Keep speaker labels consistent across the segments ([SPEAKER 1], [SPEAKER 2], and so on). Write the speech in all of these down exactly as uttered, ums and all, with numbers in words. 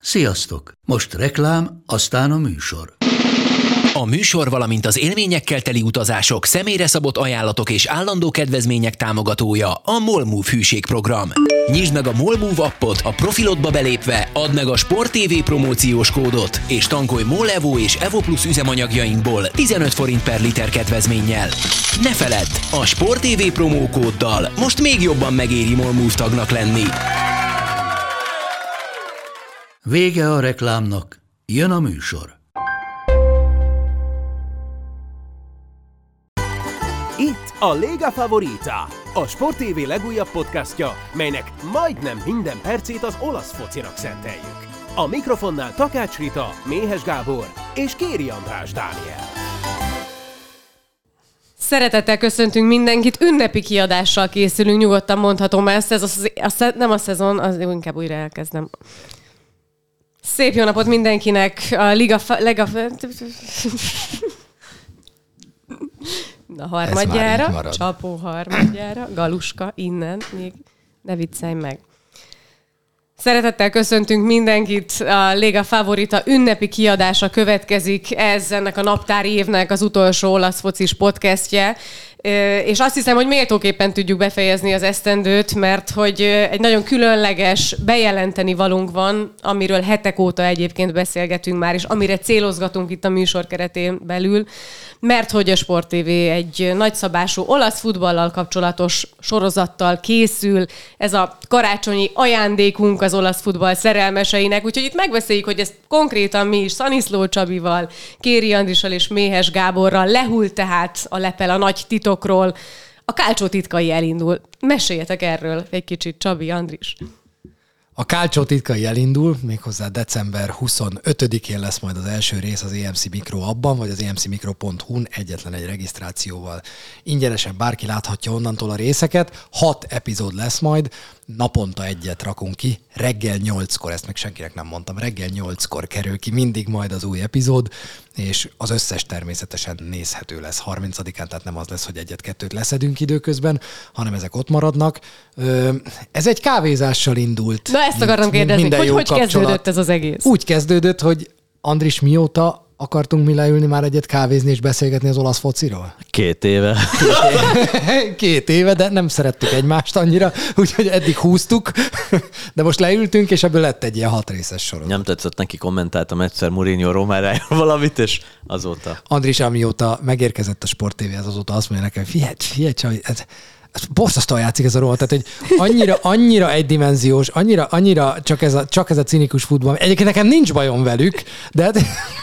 [SPEAKER 1] Sziasztok! Most reklám, aztán a műsor.
[SPEAKER 2] A műsor, valamint az élményekkel teli utazások, személyre szabott ajánlatok és állandó kedvezmények támogatója a MOLMOVE hűségprogram. Nyisd meg a MOLMOVE appot, a profilodba belépve add meg a Sport té vé promóciós kódot, és tankolj MOL Evo és Evo Plus üzemanyagjainkból tizenöt forint per liter kedvezménnyel. Ne feledd, a Sport té vé promókóddal most még jobban megéri MOLMOVE tagnak lenni.
[SPEAKER 1] Vége a reklámnak, jön a műsor.
[SPEAKER 3] Itt a Lega Favorita, a Sport té vé legújabb podcastja, melynek majdnem minden percét az olasz focinak szenteljük. A mikrofonnál Takács Rita, Méhes Gábor és Kéri András Dániel.
[SPEAKER 4] Szeretettel köszöntünk mindenkit, ünnepi kiadással készülünk, nyugodtan mondhatom ezt, ez a, a, nem a szezon, az inkább újra elkezdem. Szép jó napot mindenkinek, a Liga... Lega, Na, harmadjára, csapó harmadjára, Galuska, innen, még ne viccelj meg. Szeretettel köszöntünk mindenkit, a Lega Favorita ünnepi kiadása következik, ez ennek a naptári évnek az utolsó olasz focis podcastje, és azt hiszem, hogy méltóképpen tudjuk befejezni az esztendőt, mert hogy egy nagyon különleges bejelenteni valunk van, amiről hetek óta egyébként beszélgetünk már, és amire célozgatunk itt a műsor keretén belül, mert hogy a Sport té vé egy nagyszabású olasz futballal kapcsolatos sorozattal készül, ez a karácsonyi ajándékunk az olasz futball szerelmeseinek, úgyhogy itt megbeszéljük, hogy ezt konkrétan mi is Szaniszló Csabival, Kéri Andrissal és Méhes Gáborral lehult tehát a lepel a nagy titokról. A Calcio titkai elindul. Meséljetek erről egy kicsit, Csabi, Andris.
[SPEAKER 5] A Calcio titkai elindul, méghozzá december huszonötödikén lesz majd az első rész az é em cé Mikro abban, vagy az é em cé mikro pont hu-n egyetlen egy regisztrációval. Ingyenesen bárki láthatja onnantól a részeket, hat epizód lesz majd, naponta egyet rakunk ki, reggel nyolckor, ezt meg senkinek nem mondtam, reggel nyolckor kerül ki mindig majd az új epizód, és az összes természetesen nézhető lesz harmincadikán, tehát nem az lesz, hogy egyet-kettőt leszedünk időközben, hanem ezek ott maradnak. Ez egy kávézással indult.
[SPEAKER 4] Na ezt akarom kérdezni, hogy hogy kezdődött ez az egész?
[SPEAKER 5] Úgy kezdődött, hogy Andris, mióta akartunk mi leülni már egyet kávézni és beszélgetni az olasz fociról?
[SPEAKER 6] Két éve.
[SPEAKER 5] Két éve, Két éve, de nem szerettük egymást annyira, úgyhogy eddig húztuk, de most leültünk, és ebből lett egy ilyen hat részes sorozat.
[SPEAKER 6] Nem tetszett neki, kommentáltam egyszer Mourinho Romárájával valamit, és azóta.
[SPEAKER 5] Andris, amióta megérkezett a Sport té véhez, azóta azt mondja nekem, figyelj, figyelj, Csabi, ez, ez borzasztóan játszik ez a rovat, tehát hogy annyira, annyira egydimenziós, annyira, annyira csak ez a, csak ez a cinikus futball. Egyébként nekem nincs bajom velük, de hát...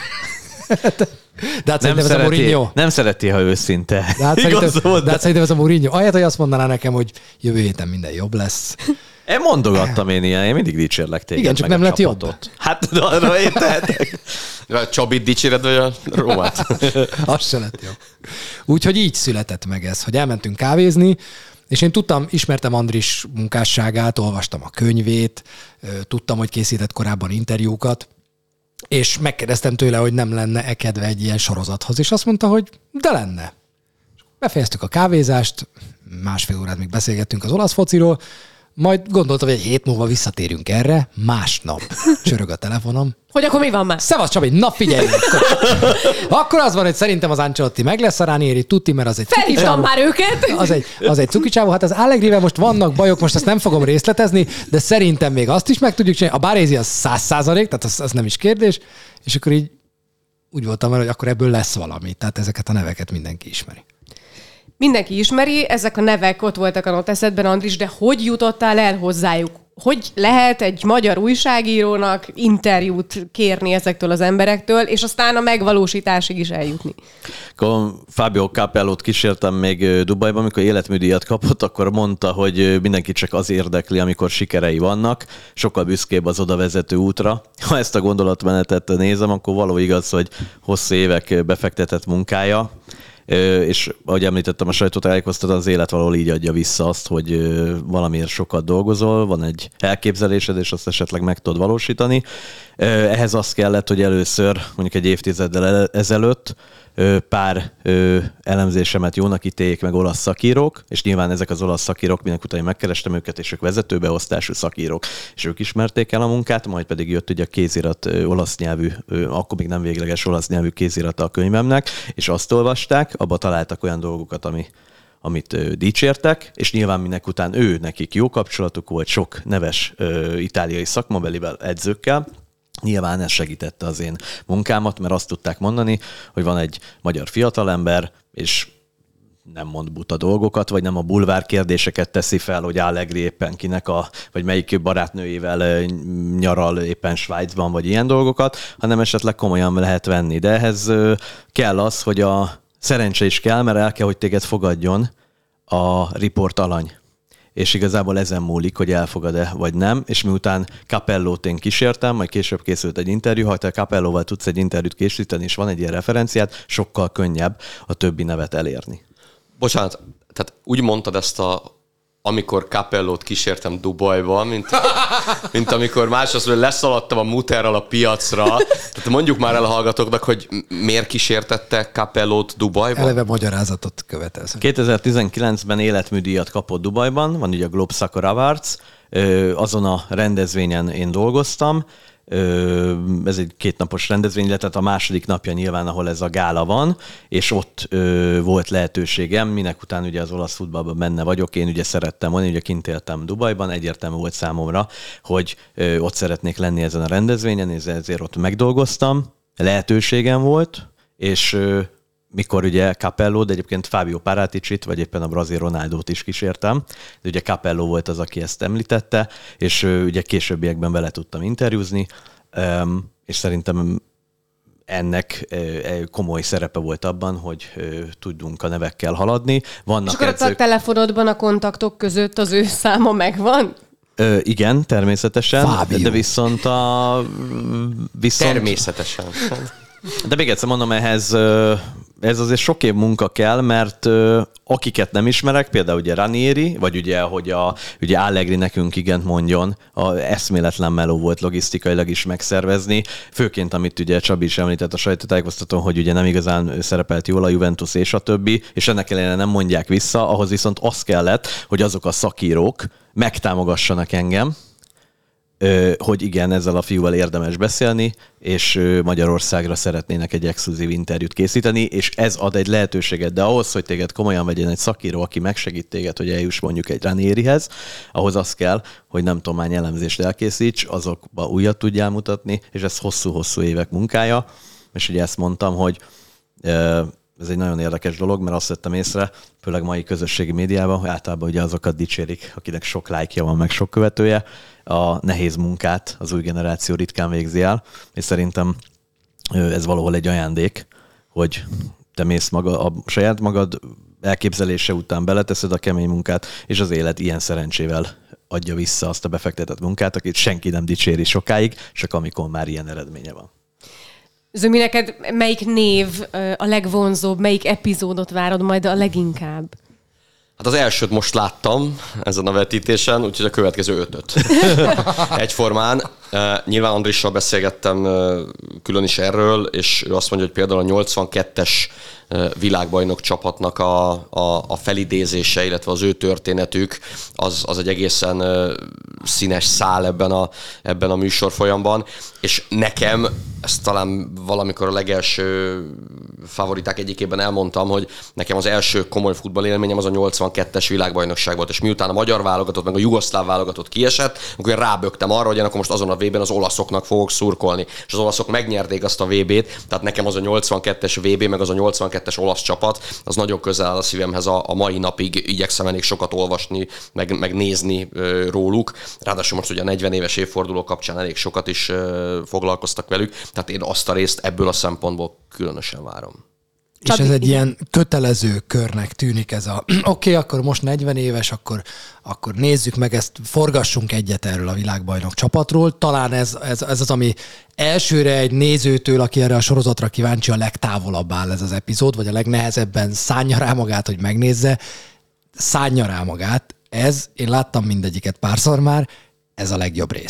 [SPEAKER 5] De hát
[SPEAKER 6] nem,
[SPEAKER 5] szereti,
[SPEAKER 6] ez a Mourinho. Nem szereti, ha őszinte.
[SPEAKER 5] De hát, szerintem, de hát szerintem ez a Mourinho. Ahelyett, hogy azt mondaná nekem, hogy jövő héten minden jobb lesz.
[SPEAKER 6] Én mondogattam én ilyen, én mindig dicsérlek téged.
[SPEAKER 5] Igen, csak nem lett jobb.
[SPEAKER 6] Hát, de arra én tehetek. Csabit dicséred, vagy a Rómát?
[SPEAKER 5] Az se lett jobb. Úgyhogy így született meg ez, hogy elmentünk kávézni, és én tudtam, ismertem Andris munkásságát, olvastam a könyvét, tudtam, hogy készített korábban interjúkat, és megkérdeztem tőle, hogy nem lenne-e kedve egy ilyen sorozathoz, és azt mondta, hogy de lenne. Befejeztük a kávézást, másfél órát még beszélgettünk az olasz fociról, majd gondoltam, hogy egy hét múlva visszatérünk erre, másnap csörög a telefonom.
[SPEAKER 4] Hogy akkor mi van már?
[SPEAKER 5] Szevasz Csabi, na figyelj! Akkor, akkor az van, hogy szerintem az Ancelotti meg lesz, a Ranieri tuti, mert az egy
[SPEAKER 4] felhívtam már őket!
[SPEAKER 5] Az egy, az egy cukicsávó, hát az Allegrivel most vannak bajok, most ezt nem fogom részletezni, de szerintem még azt is meg tudjuk csinálni. A Baresi az száz százalék, tehát az, az nem is kérdés, és akkor így úgy voltam vele, hogy akkor ebből lesz valami, tehát ezeket a neveket mindenki ismeri.
[SPEAKER 4] Mindenki ismeri, ezek a nevek ott voltak a noteszedben, Andris, de hogy jutottál el hozzájuk? Hogy lehet egy magyar újságírónak interjút kérni ezektől az emberektől, és aztán a megvalósításig is eljutni?
[SPEAKER 6] Akkor Fabio Capellót kísértem még Dubajban, amikor életműdíjat kapott, akkor mondta, hogy mindenki csak az érdekli, amikor sikerei vannak, sokkal büszkébb az oda vezető útra. Ha ezt a gondolatmenetet nézem, akkor való igaz, hogy hosszú évek befektetett munkája, és ahogy említettem, a sajtótájékoztatón az élet valahol így adja vissza azt, hogy valamiért sokat dolgozol, van egy elképzelésed, és azt esetleg meg tudod valósítani. Ehhez az kellett, hogy először mondjuk egy évtizeddel ezelőtt pár elemzésemet jónak ítéljék meg olasz szakírók, és nyilván ezek az olasz szakírók, minek után megkerestem őket, és ők vezetőbeosztású szakírók, és ők ismerték el a munkát, majd pedig jött ugye a kézirat olasz nyelvű, akkor még nem végleges olasz nyelvű kézirata a könyvemnek, és azt olvasták, abba találtak olyan dolgokat, ami amit ö, dicsértek, és nyilván minek után ő, nekik jó kapcsolatuk volt sok neves ö, itáliai szakmabelivel, edzőkkel. Nyilván ez segítette az én munkámat, mert azt tudták mondani, hogy van egy magyar fiatalember, és nem mond buta dolgokat, vagy nem a bulvár kérdéseket teszi fel, hogy Allegri éppen kinek a, vagy melyik barátnőjével nyaral éppen Svájcban, vagy ilyen dolgokat, hanem esetleg komolyan lehet venni. De ehhez ö, kell az, hogy a szerencse is kell, mert el kell, hogy téged fogadjon a riport alany. És igazából ezen múlik, hogy elfogad-e vagy nem, és miután Capellót én kísértem, majd később készült egy interjú, ha te Capellóval tudsz egy interjút készíteni, és van egy ilyen referenciát, sokkal könnyebb a többi nevet elérni.
[SPEAKER 7] Bocsánat, tehát úgy mondtad ezt a amikor Capellót kísértem Dubajba, mint, mint amikor másodszor leszaladtam a Mutterral a piacra. Tehát mondjuk már el a hallgatóknak, hogy miért kísértette Capellót Dubajba?
[SPEAKER 5] Eleve magyarázatot követelsz.
[SPEAKER 6] kétezer-tizenkilencben életműdíjat kapott Dubajban, van ugye a Globe Soccer Awards, azon a rendezvényen én dolgoztam. Ez egy kétnapos rendezvény, illetve a második napja nyilván, ahol ez a gála van, és ott ö, volt lehetőségem, minek után ugye az olasz futballban benne vagyok, én ugye szerettem volna, ugye kint éltem Dubajban, egyértelmű volt számomra, hogy ö, ott szeretnék lenni ezen a rendezvényen, és ezért ott megdolgoztam, lehetőségem volt, és ö, mikor ugye Capello, de egyébként Fábio Paraticsit, vagy éppen a brazil Ronaldót is kísértem, de ugye Capello volt az, aki ezt említette, és ugye későbbiekben vele tudtam interjúzni, és szerintem ennek komoly szerepe volt abban, hogy tudjunk a nevekkel haladni. Vannak
[SPEAKER 4] és akkor
[SPEAKER 6] edzők...
[SPEAKER 4] a telefonodban a kontaktok között az ő száma megvan?
[SPEAKER 6] Ö, igen, természetesen,
[SPEAKER 5] Fábio.
[SPEAKER 6] de viszont a... Viszont...
[SPEAKER 7] Természetesen.
[SPEAKER 6] De még egyszer mondom, ehhez ez azért sok év munka kell, mert akiket nem ismerek, például ugye Ranieri, vagy ugye, hogy a, ugye Allegri nekünk igent mondjon, a eszméletlen meló volt logisztikailag is megszervezni, főként amit ugye Csabi is említett a sajtótájékoztatón, hogy ugye nem igazán szerepelt jól a Juventus és a többi, és ennek ellenére nem mondják vissza, ahhoz viszont az kellett, hogy azok a szakírók megtámogassanak engem, hogy igen, ezzel a fiúval érdemes beszélni, és Magyarországra szeretnének egy exkluzív interjút készíteni, és ez ad egy lehetőséget, de ahhoz, hogy téged komolyan vegyen egy szakíró, aki megsegít téged, hogy eljuss mondjuk egy Ranierihez, ahhoz az kell, hogy nem tudom, hány elemzést elkészíts, azokba újat tudjál mutatni, és ez hosszú-hosszú évek munkája, és ugye ezt mondtam, hogy ez egy nagyon érdekes dolog, mert azt vettem észre, főleg mai közösségi médiában, hogy általában ugye azokat dicsérik, akinek sok lájkja van, meg sok követője, a nehéz munkát az új generáció ritkán végzi el, és szerintem ez valahol egy ajándék, hogy te mész maga, a saját magad elképzelése után beleteszed a kemény munkát, és az élet ilyen szerencsével adja vissza azt a befektetett munkát, akit senki nem dicséri sokáig, csak amikor már ilyen eredménye van.
[SPEAKER 4] Zömi, neked melyik név a legvonzóbb, melyik epizódot várod majd a leginkább?
[SPEAKER 7] Hát az elsőt most láttam ezen a vetítésen, úgyhogy a következő ötöt. Egyformán. Nyilván Andrissal beszélgettem külön is erről, és ő azt mondja, hogy például a nyolcvankettes világbajnok csapatnak a, a, a felidézése, illetve az ő történetük, az, az egy egészen színes szál ebben a, ebben a műsorfolyamban, és nekem, ezt talán valamikor a legelső favoriták egyikében elmondtam, hogy nekem az első komoly futballélményem az a nyolcvankettes világbajnokság volt, és miután a magyar válogatott, meg a jugoszláv válogatott kiesett, akkor én rábögtem arra, hogy én akkor most azon a vében az olaszoknak fogok szurkolni, és az olaszok megnyerték azt a vé bét, tehát nekem az a nyolcvankettes vé bé, meg az a nyolcvankettes olasz csapat, az nagyon közel áll a szívemhez a, a mai napig, igyekszem elég sokat olvasni, meg, meg nézni ö, róluk, ráadásul most ugye a negyven éves évforduló kapcsán elég sokat is ö, foglalkoztak velük, tehát én azt a részt ebből a szempontból különösen várom.
[SPEAKER 5] És ez egy ilyen kötelező körnek tűnik ez a oké, okay, akkor most negyven éves, akkor, akkor nézzük meg ezt, forgassunk egyet erről a világbajnok csapatról. Talán ez, ez, ez az, ami elsőre egy nézőtől, aki erre a sorozatra kíváncsi, a legtávolabb áll ez az epizód, vagy a legnehezebben szánja rá magát, hogy megnézze, szánja rá magát. Ez, én láttam mindegyiket párszor már, ez a legjobb rész.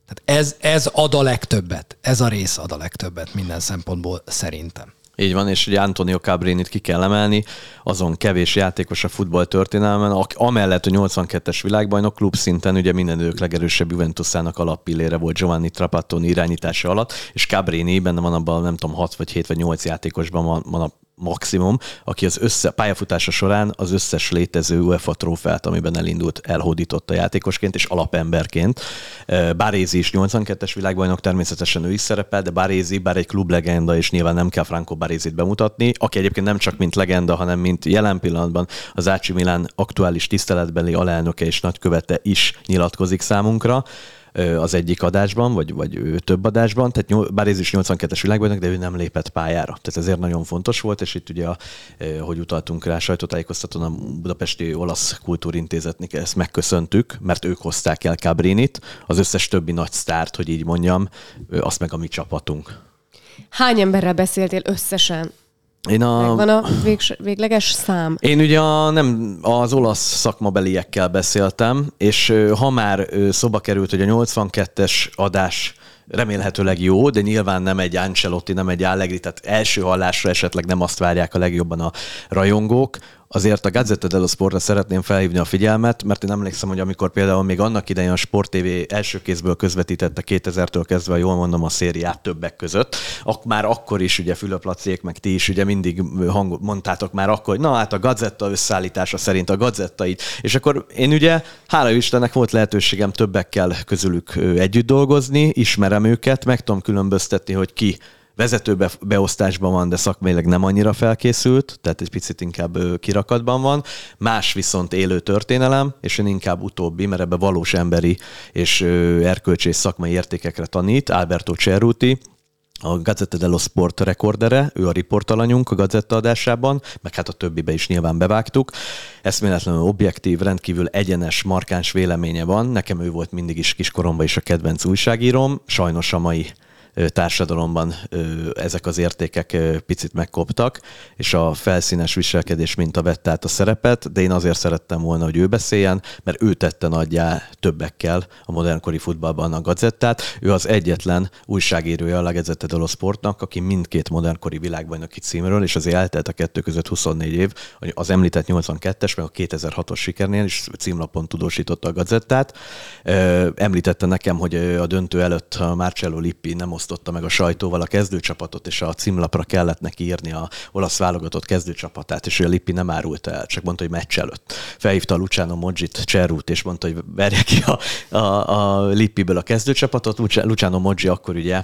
[SPEAKER 5] Tehát ez, ez ad a legtöbbet. Ez a rész ad a legtöbbet minden szempontból szerintem.
[SPEAKER 6] Így van, és ugye Antonio Cabrinit ki kell emelni, azon kevés játékos a futball történelmen, amellett, hogy nyolcvankettes világbajnok klub szinten ugye minden idők legerősebb Juventusának alappillére volt Giovanni Trapattoni irányítása alatt, és Cabrini benne van abban, nem tudom, hat vagy hét vagy nyolc játékosban van, van a maximum, aki az össze, pályafutása során az összes létező UEFA trófeát, amiben elindult, elhódította játékosként és alapemberként. Baresi is nyolcvankettes világbajnok, természetesen ő is szerepel, de Baresi, bár egy klublegenda, és nyilván nem kell Franco Baresit bemutatni, aki egyébként nem csak mint legenda, hanem mint jelen pillanatban az á cé Milan aktuális tiszteletbeli alelnöke és nagykövete is nyilatkozik számunkra az egyik adásban, vagy, vagy több adásban, tehát Baresi is nyolcvankettes világbajnok, de ő nem lépett pályára. Tehát ezért nagyon fontos volt, és itt ugye, a, hogy utaltunk rá, sajtótájékoztatón a Budapesti Olasz Kultúrintézetnek ezt megköszöntük, mert ők hozták el Cabrinit, az összes többi nagy sztárt, hogy így mondjam, azt meg a mi csapatunk.
[SPEAKER 4] Hány emberrel beszéltél összesen?
[SPEAKER 6] Én a...
[SPEAKER 4] Megvan a végs, végleges szám?
[SPEAKER 6] Én ugye a, nem, az olasz szakmabeliekkel beszéltem, és ha már szóba került, hogy a nyolcvankettes adás remélhetőleg jó, de nyilván nem egy Ancelotti, nem egy Allegri, tehát első hallásra esetleg nem azt várják a legjobban a rajongók. Azért a Gazzetta dello Sportra szeretném felhívni a figyelmet, mert én emlékszem, hogy amikor például még annak idején a Sport té vé első kézből közvetítette kétezertől kezdve, jól mondom, a szériát többek között, ak- már akkor is ugye Fülöp Laciék, meg ti is ugye mindig hang- mondtátok már akkor, hogy na hát a Gazzetta összeállítása szerint a Gazzetta így. És akkor én ugye, hála Istennek volt lehetőségem többekkel közülük együtt dolgozni, ismerem őket, meg tudom különböztetni, hogy ki vezető beosztásban van, de szakmailag nem annyira felkészült, tehát egy picit inkább kirakatban van. Más viszont élő történelem, és én inkább utóbbi, mert ebbe valós emberi és erkölcsi és szakmai értékekre tanít, Alberto Cerruti, a Gazzetta dello Sport rekordere, ő a riportalanyunk a Gazzetta adásában, meg hát a többibe is nyilván bevágtuk. Eszméletlenül objektív, rendkívül egyenes, markáns véleménye van. Nekem ő volt mindig is kiskoromban is a kedvenc újságíróm, sajnos a mai társadalomban ezek az értékek picit megkoptak, és a felszínes viselkedés minta vette át a szerepet, de én azért szerettem volna, hogy ő beszéljen, mert ő tette nagyjá többekkel a modernkori futballban a Gazettát. Ő az egyetlen újságírója a Gazzetta dello Sportnak, aki mindkét modernkori világbajnoki címről, és azért eltelt a kettő között huszonnégy év, az említett nyolcvankettes, meg a kétezer-hatos sikernél is címlapon tudósította a Gazettát. Említette nekem, hogy a döntő előtt a Marcello Lippi nem osztotta meg a sajtóval a kezdőcsapatot, és a címlapra kellett neki írni a olasz válogatott kezdőcsapatát, és ő a Lippi nem árulta el, csak mondta, hogy meccs előtt. Felhívta a Luciano Moggit, Cerruti, és mondta, hogy verje ki a, a, a Lippiből a kezdőcsapatot. Luciano Moggi akkor ugye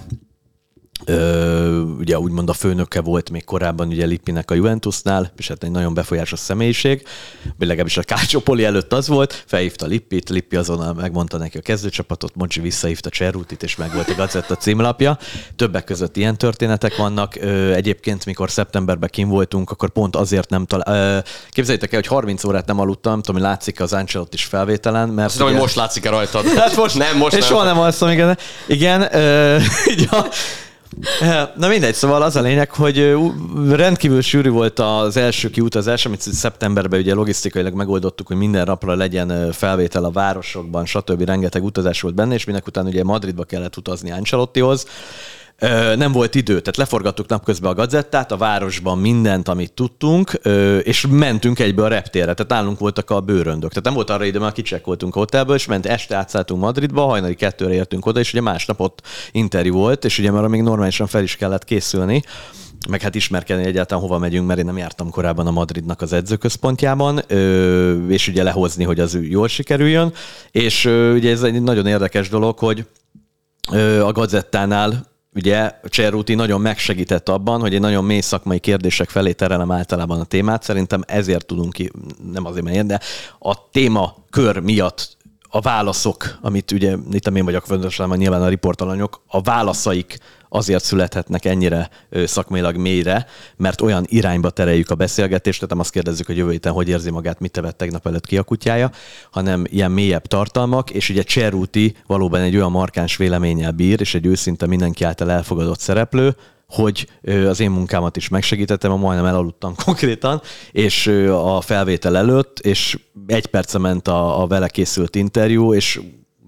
[SPEAKER 6] Ö, ugye úgymond a főnöke volt még korábban ugye Lippinek a Juventusnál, és hát egy nagyon befolyásos személyiség, legalábbis a Calciopoli előtt az volt, felhívta Lippit, Lippi azonnal megmondta neki a kezdőcsapatot, Moggi visszahívta Cerrutit, és meg volt a Gazzetta címlapja. Többek között ilyen történetek vannak. Ö, egyébként, mikor szeptemberben kim voltunk, akkor pont azért nem talál... Képzeljétek el, hogy harminc órát nem aludtam, nem tudom, hogy látszik az Ancelotti is felvételen, mert...
[SPEAKER 7] Azt tudom, hogy most látszik-e rajtad. Hát most nem, most
[SPEAKER 6] és
[SPEAKER 7] nem.
[SPEAKER 6] soha nem alszom, igen. Igen, ö, ja. Na mindegy, szóval az a lényeg, hogy rendkívül sűrű volt az első kiutazás, amit szeptemberben ugye logisztikailag megoldottuk, hogy minden napra legyen felvétel a városokban, stb. Rengeteg utazás volt benne, és minek után ugye Madridba kellett utazni Ancelottihoz. Nem volt idő, tehát leforgattuk napközben a Gazettát, a városban mindent, amit tudtunk, és mentünk egybe a reptérre, tehát nálunk voltak a bőröndök. Tehát nem volt arra idő, mert kicsekkoltunk a hotelből, és ment este átszálltunk Madridba, hajnali kettőre értünk oda, és ugye másnap ott interjú volt, és ugye már még normálisan fel is kellett készülni, meg hát ismerkedni egyáltalán hova megyünk, mert én nem jártam korábban a Madridnak az edzőközpontjában, és ugye lehozni, hogy az jól sikerüljön. És ugye ez egy nagyon érdekes dolog, hogy a Gazettánál ugye Cerruti nagyon megsegített abban, hogy egy nagyon mély szakmai kérdések felé terelem általában a témát. Szerintem ezért tudunk ki, nem azért, mert én, de a témakör miatt a válaszok, amit ugye itt én vagyok fontosan, nyilván a riportalanyok, a válaszaik azért születhetnek ennyire szakmailag mélyre, mert olyan irányba tereljük a beszélgetést, tehát nem azt kérdezzük, hogy jövő héten hogy érzi magát, mit evett tegnap előtt ki a kutyája, hanem ilyen mélyebb tartalmak, és ugye Cerruti valóban egy olyan markáns véleménnyel bír, és egy őszinte mindenki által elfogadott szereplő, hogy az én munkámat is megsegítettem, majdnem elaludtam konkrétan, és a felvétel előtt, és egy perce ment a, a vele készült interjú, és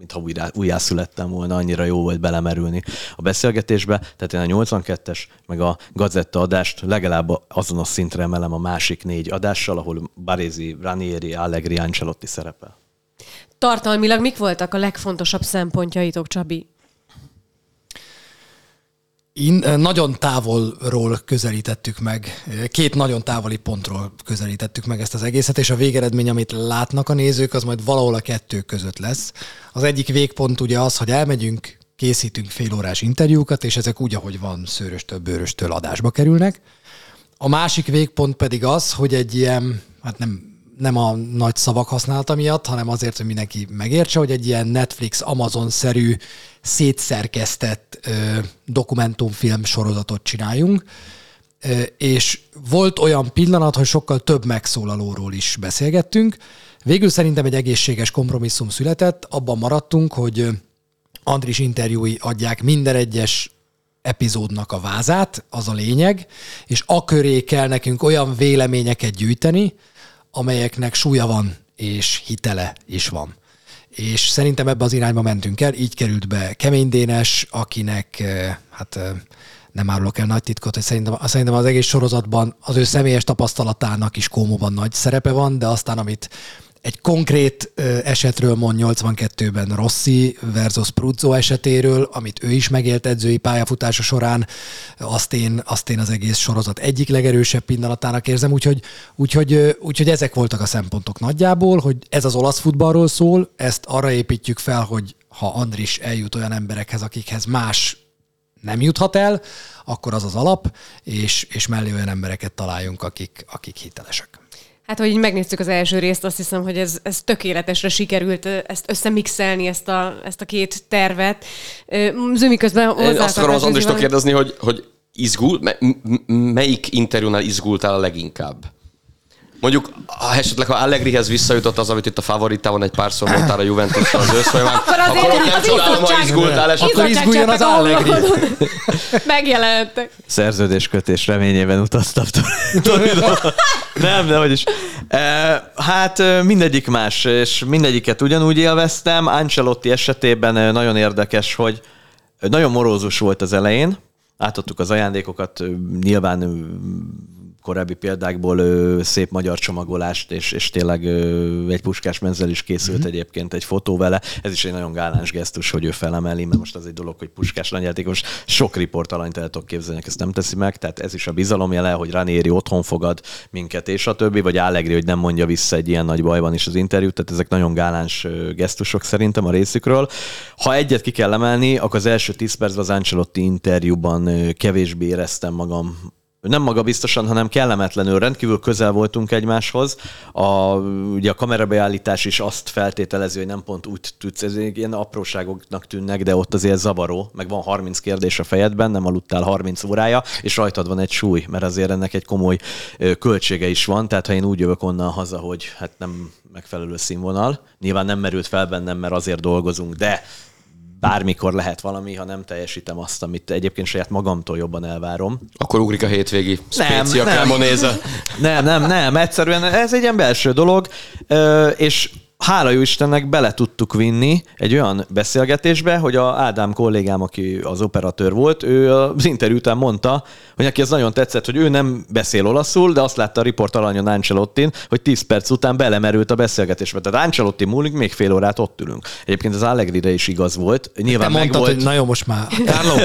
[SPEAKER 6] mintha újra, újjászülettem volna, annyira jó volt belemerülni a beszélgetésbe. Tehát én a nyolcvankettes, meg a Gazetta adást legalább azonos szintre emelem a másik négy adással, ahol Baresi, Ranieri, Allegri, Ancelotti szerepel.
[SPEAKER 4] Tartalmilag mik voltak a legfontosabb szempontjaitok, Csabi?
[SPEAKER 5] In, nagyon távolról közelítettük meg, két nagyon távoli pontról közelítettük meg ezt az egészet, és a végeredmény, amit látnak a nézők, az majd valahol a kettő között lesz. Az egyik végpont ugye az, hogy elmegyünk, készítünk félórás interjúkat, és ezek úgy, ahogy van, szőröstől, bőröstől adásba kerülnek. A másik végpont pedig az, hogy egy ilyen, hát nem, nem a nagy szavak használata miatt, hanem azért, hogy mindenki megértse, hogy egy ilyen Netflix, Amazon-szerű szétszerkesztett ö, dokumentumfilm sorozatot csináljunk, ö, és volt olyan pillanat, hogy sokkal több megszólalóról is beszélgettünk. Végül szerintem egy egészséges kompromisszum született, abban maradtunk, hogy Andris interjúi adják minden egyes epizódnak a vázát, az a lényeg, és a köré kell nekünk olyan véleményeket gyűjteni, amelyeknek súlya van, és hitele is van. És szerintem ebbe az irányba mentünk el, így került be Kemény Dénes, akinek, hát nem árulok el nagy titkot, hogy szerintem, szerintem az egész sorozatban az ő személyes tapasztalatának is Kómóban nagy szerepe van, de aztán amit egy konkrét esetről mond nyolcvankettőben Rossi versus Pruzzo esetéről, amit ő is megélt edzői pályafutása során, azt én, azt én az egész sorozat egyik legerősebb pillanatának érzem, úgyhogy, úgyhogy, úgyhogy ezek voltak a szempontok nagyjából, hogy ez az olasz futballról szól, ezt arra építjük fel, hogy ha Andris eljut olyan emberekhez, akikhez más nem juthat el, akkor az az alap, és, és mellé olyan embereket találjunk, akik, akik hitelesek.
[SPEAKER 4] Hát, hogy így megnéztük az első részt, azt hiszem, hogy ez, ez tökéletesre sikerült ezt összemixelni, ezt a, ezt a két tervet. Zümi közben hozzá...
[SPEAKER 7] Én azt akarom az Andristól kérdezni, hogy, hogy izgul, melyik interjúnál izgultál a leginkább? Mondjuk, ha esetleg ha Allegrihez visszajutott az, amit itt a Favoritában egy párszor mondtál a Juventusra az ősz folyamán, akkor, akkor nem csodálom, ha izgultál esetleg.
[SPEAKER 5] Akkor izguljon az Allegri.
[SPEAKER 4] Megjelentek.
[SPEAKER 6] Szerződéskötés reményében utaztam. Nem, de hogy is. Hát mindegyik más, és mindegyiket ugyanúgy élveztem. Ancelotti esetében nagyon érdekes, hogy nagyon morózus volt az elején. Átadtuk az ajándékokat, nyilván korábbi példákból ö, szép magyar csomagolást, és, és tényleg ö, egy Puskás Menzel is készült mm-hmm. egyébként egy fotó vele. Ez is egy nagyon gáláns gesztus, hogy ő felemeli, mert most az egy dolog, hogy Puskás lányjátékos sok riportalanyt el tudok képzelni, ezt nem teszi meg, tehát ez is a bizalomjele, hogy Ranieri otthon fogad minket, és a többi, vagy Allegri, hogy nem mondja vissza egy ilyen nagy bajban is az interjút, tehát ezek nagyon gáláns gesztusok szerintem a részükről. Ha egyet ki kell emelni, akkor az első tíz percben az Ancelotti interjúban kevésbé éreztem magam, nem magabiztosan, hanem kellemetlenül, rendkívül közel voltunk egymáshoz. A, ugye a kamerabeállítás is azt feltételezi, hogy nem pont úgy tudsz, ez ilyen apróságoknak tűnnek, de ott azért zavaró, meg van harminc kérdés a fejedben, nem aludtál harminc órája, és rajtad van egy súly, mert azért ennek egy komoly költsége is van, tehát ha én úgy jövök onnan haza, hogy hát nem megfelelő színvonal, nyilván nem merült fel bennem, mert azért dolgozunk, de bármikor lehet valami, ha nem teljesítem azt, amit egyébként saját magamtól jobban elvárom. Akkor ugrik a hétvégi Spezia Cremonese. Nem, nem, nem, egyszerűen ez egy ilyen belső dolog, és hála jó Istennek bele tudtuk vinni egy olyan beszélgetésbe, hogy a Ádám kollégám, aki az operatőr volt, ő az interjú után mondta, hogy neki ez nagyon tetszett, hogy ő nem beszél olaszul, de azt látta a riportalanyon Ancelottin, hogy tíz perc után belemerült a beszélgetésbe. Tehát Ancelotti múlik, még fél órát ott ülünk. Egyébként az Allegrire is igaz volt. Nyilván
[SPEAKER 5] te mondtad,
[SPEAKER 6] volt...
[SPEAKER 5] hogy na jó, most már. Kárló,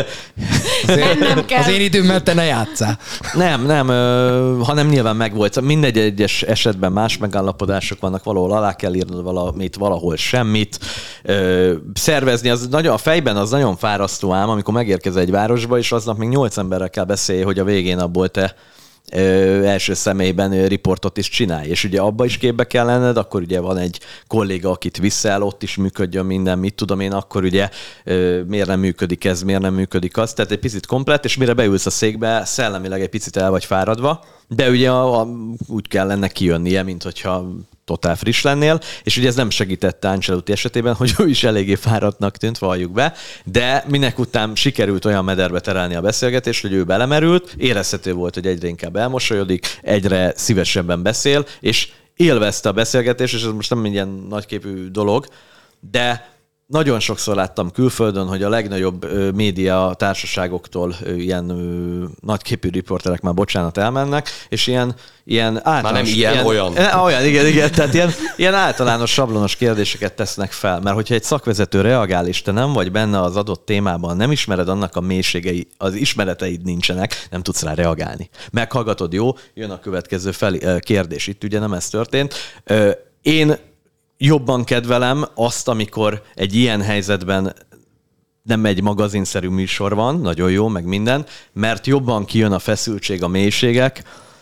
[SPEAKER 5] az, az én időmmel te ne játsszál.
[SPEAKER 6] Nem, nem, hanem nyilván megvolt. Mindegy egyes esetben más megállapodások vannak, valahol alá kell írnod valamit, valahol semmit. Szervezni, az nagyon, a fejben az nagyon fárasztó ám, amikor megérkezel egy városba, és aznap még nyolc emberrel kell beszélni, hogy a végén abból te ö, első személyben riportot is csinálj. És ugye abba is képbe kell lenned, akkor ugye van egy kolléga, akit viszel, ott is működjön minden, mit tudom én, akkor ugye ö, miért nem működik ez, miért nem működik az. Tehát egy picit komplett, és mire beülsz a székbe, szellemileg egy picit el vagy fáradva, de ugye a, a, úgy kell ennek kijönnie, mint hogyha totál friss lennél, és ugye ez nem segítette Ancelotti esetében, hogy ő is eléggé fáradtnak tűnt, valljuk be, de minek után sikerült olyan mederbe terelni a beszélgetést, hogy ő belemerült, érezhető volt, hogy egyre inkább elmosolyodik, egyre szívesebben beszél, és élvezte a beszélgetést, és ez most nem egy ilyen nagyképű dolog, de nagyon sokszor láttam külföldön, hogy a legnagyobb ö, média társaságoktól ö, ilyen ö, nagyképű riporterek már bocsánat elmennek, és ilyen, ilyen általános...
[SPEAKER 7] Már nem ilyen, ilyen olyan.
[SPEAKER 6] E, olyan, igen, igen. Tehát ilyen, ilyen általános, sablonos kérdéseket tesznek fel. Mert hogyha egy szakvezető reagál, és te nem vagy benne az adott témában, nem ismered annak a mélységei, az ismereteid nincsenek, nem tudsz rá reagálni. Meghallgatod, jó, jön a következő fel, kérdés. Itt ugye nem ez történt. Én jobban kedvelem azt, amikor egy ilyen helyzetben nem egy magazinszerű műsor van, nagyon jó, meg minden, mert jobban kijön a feszültség, a mélységek,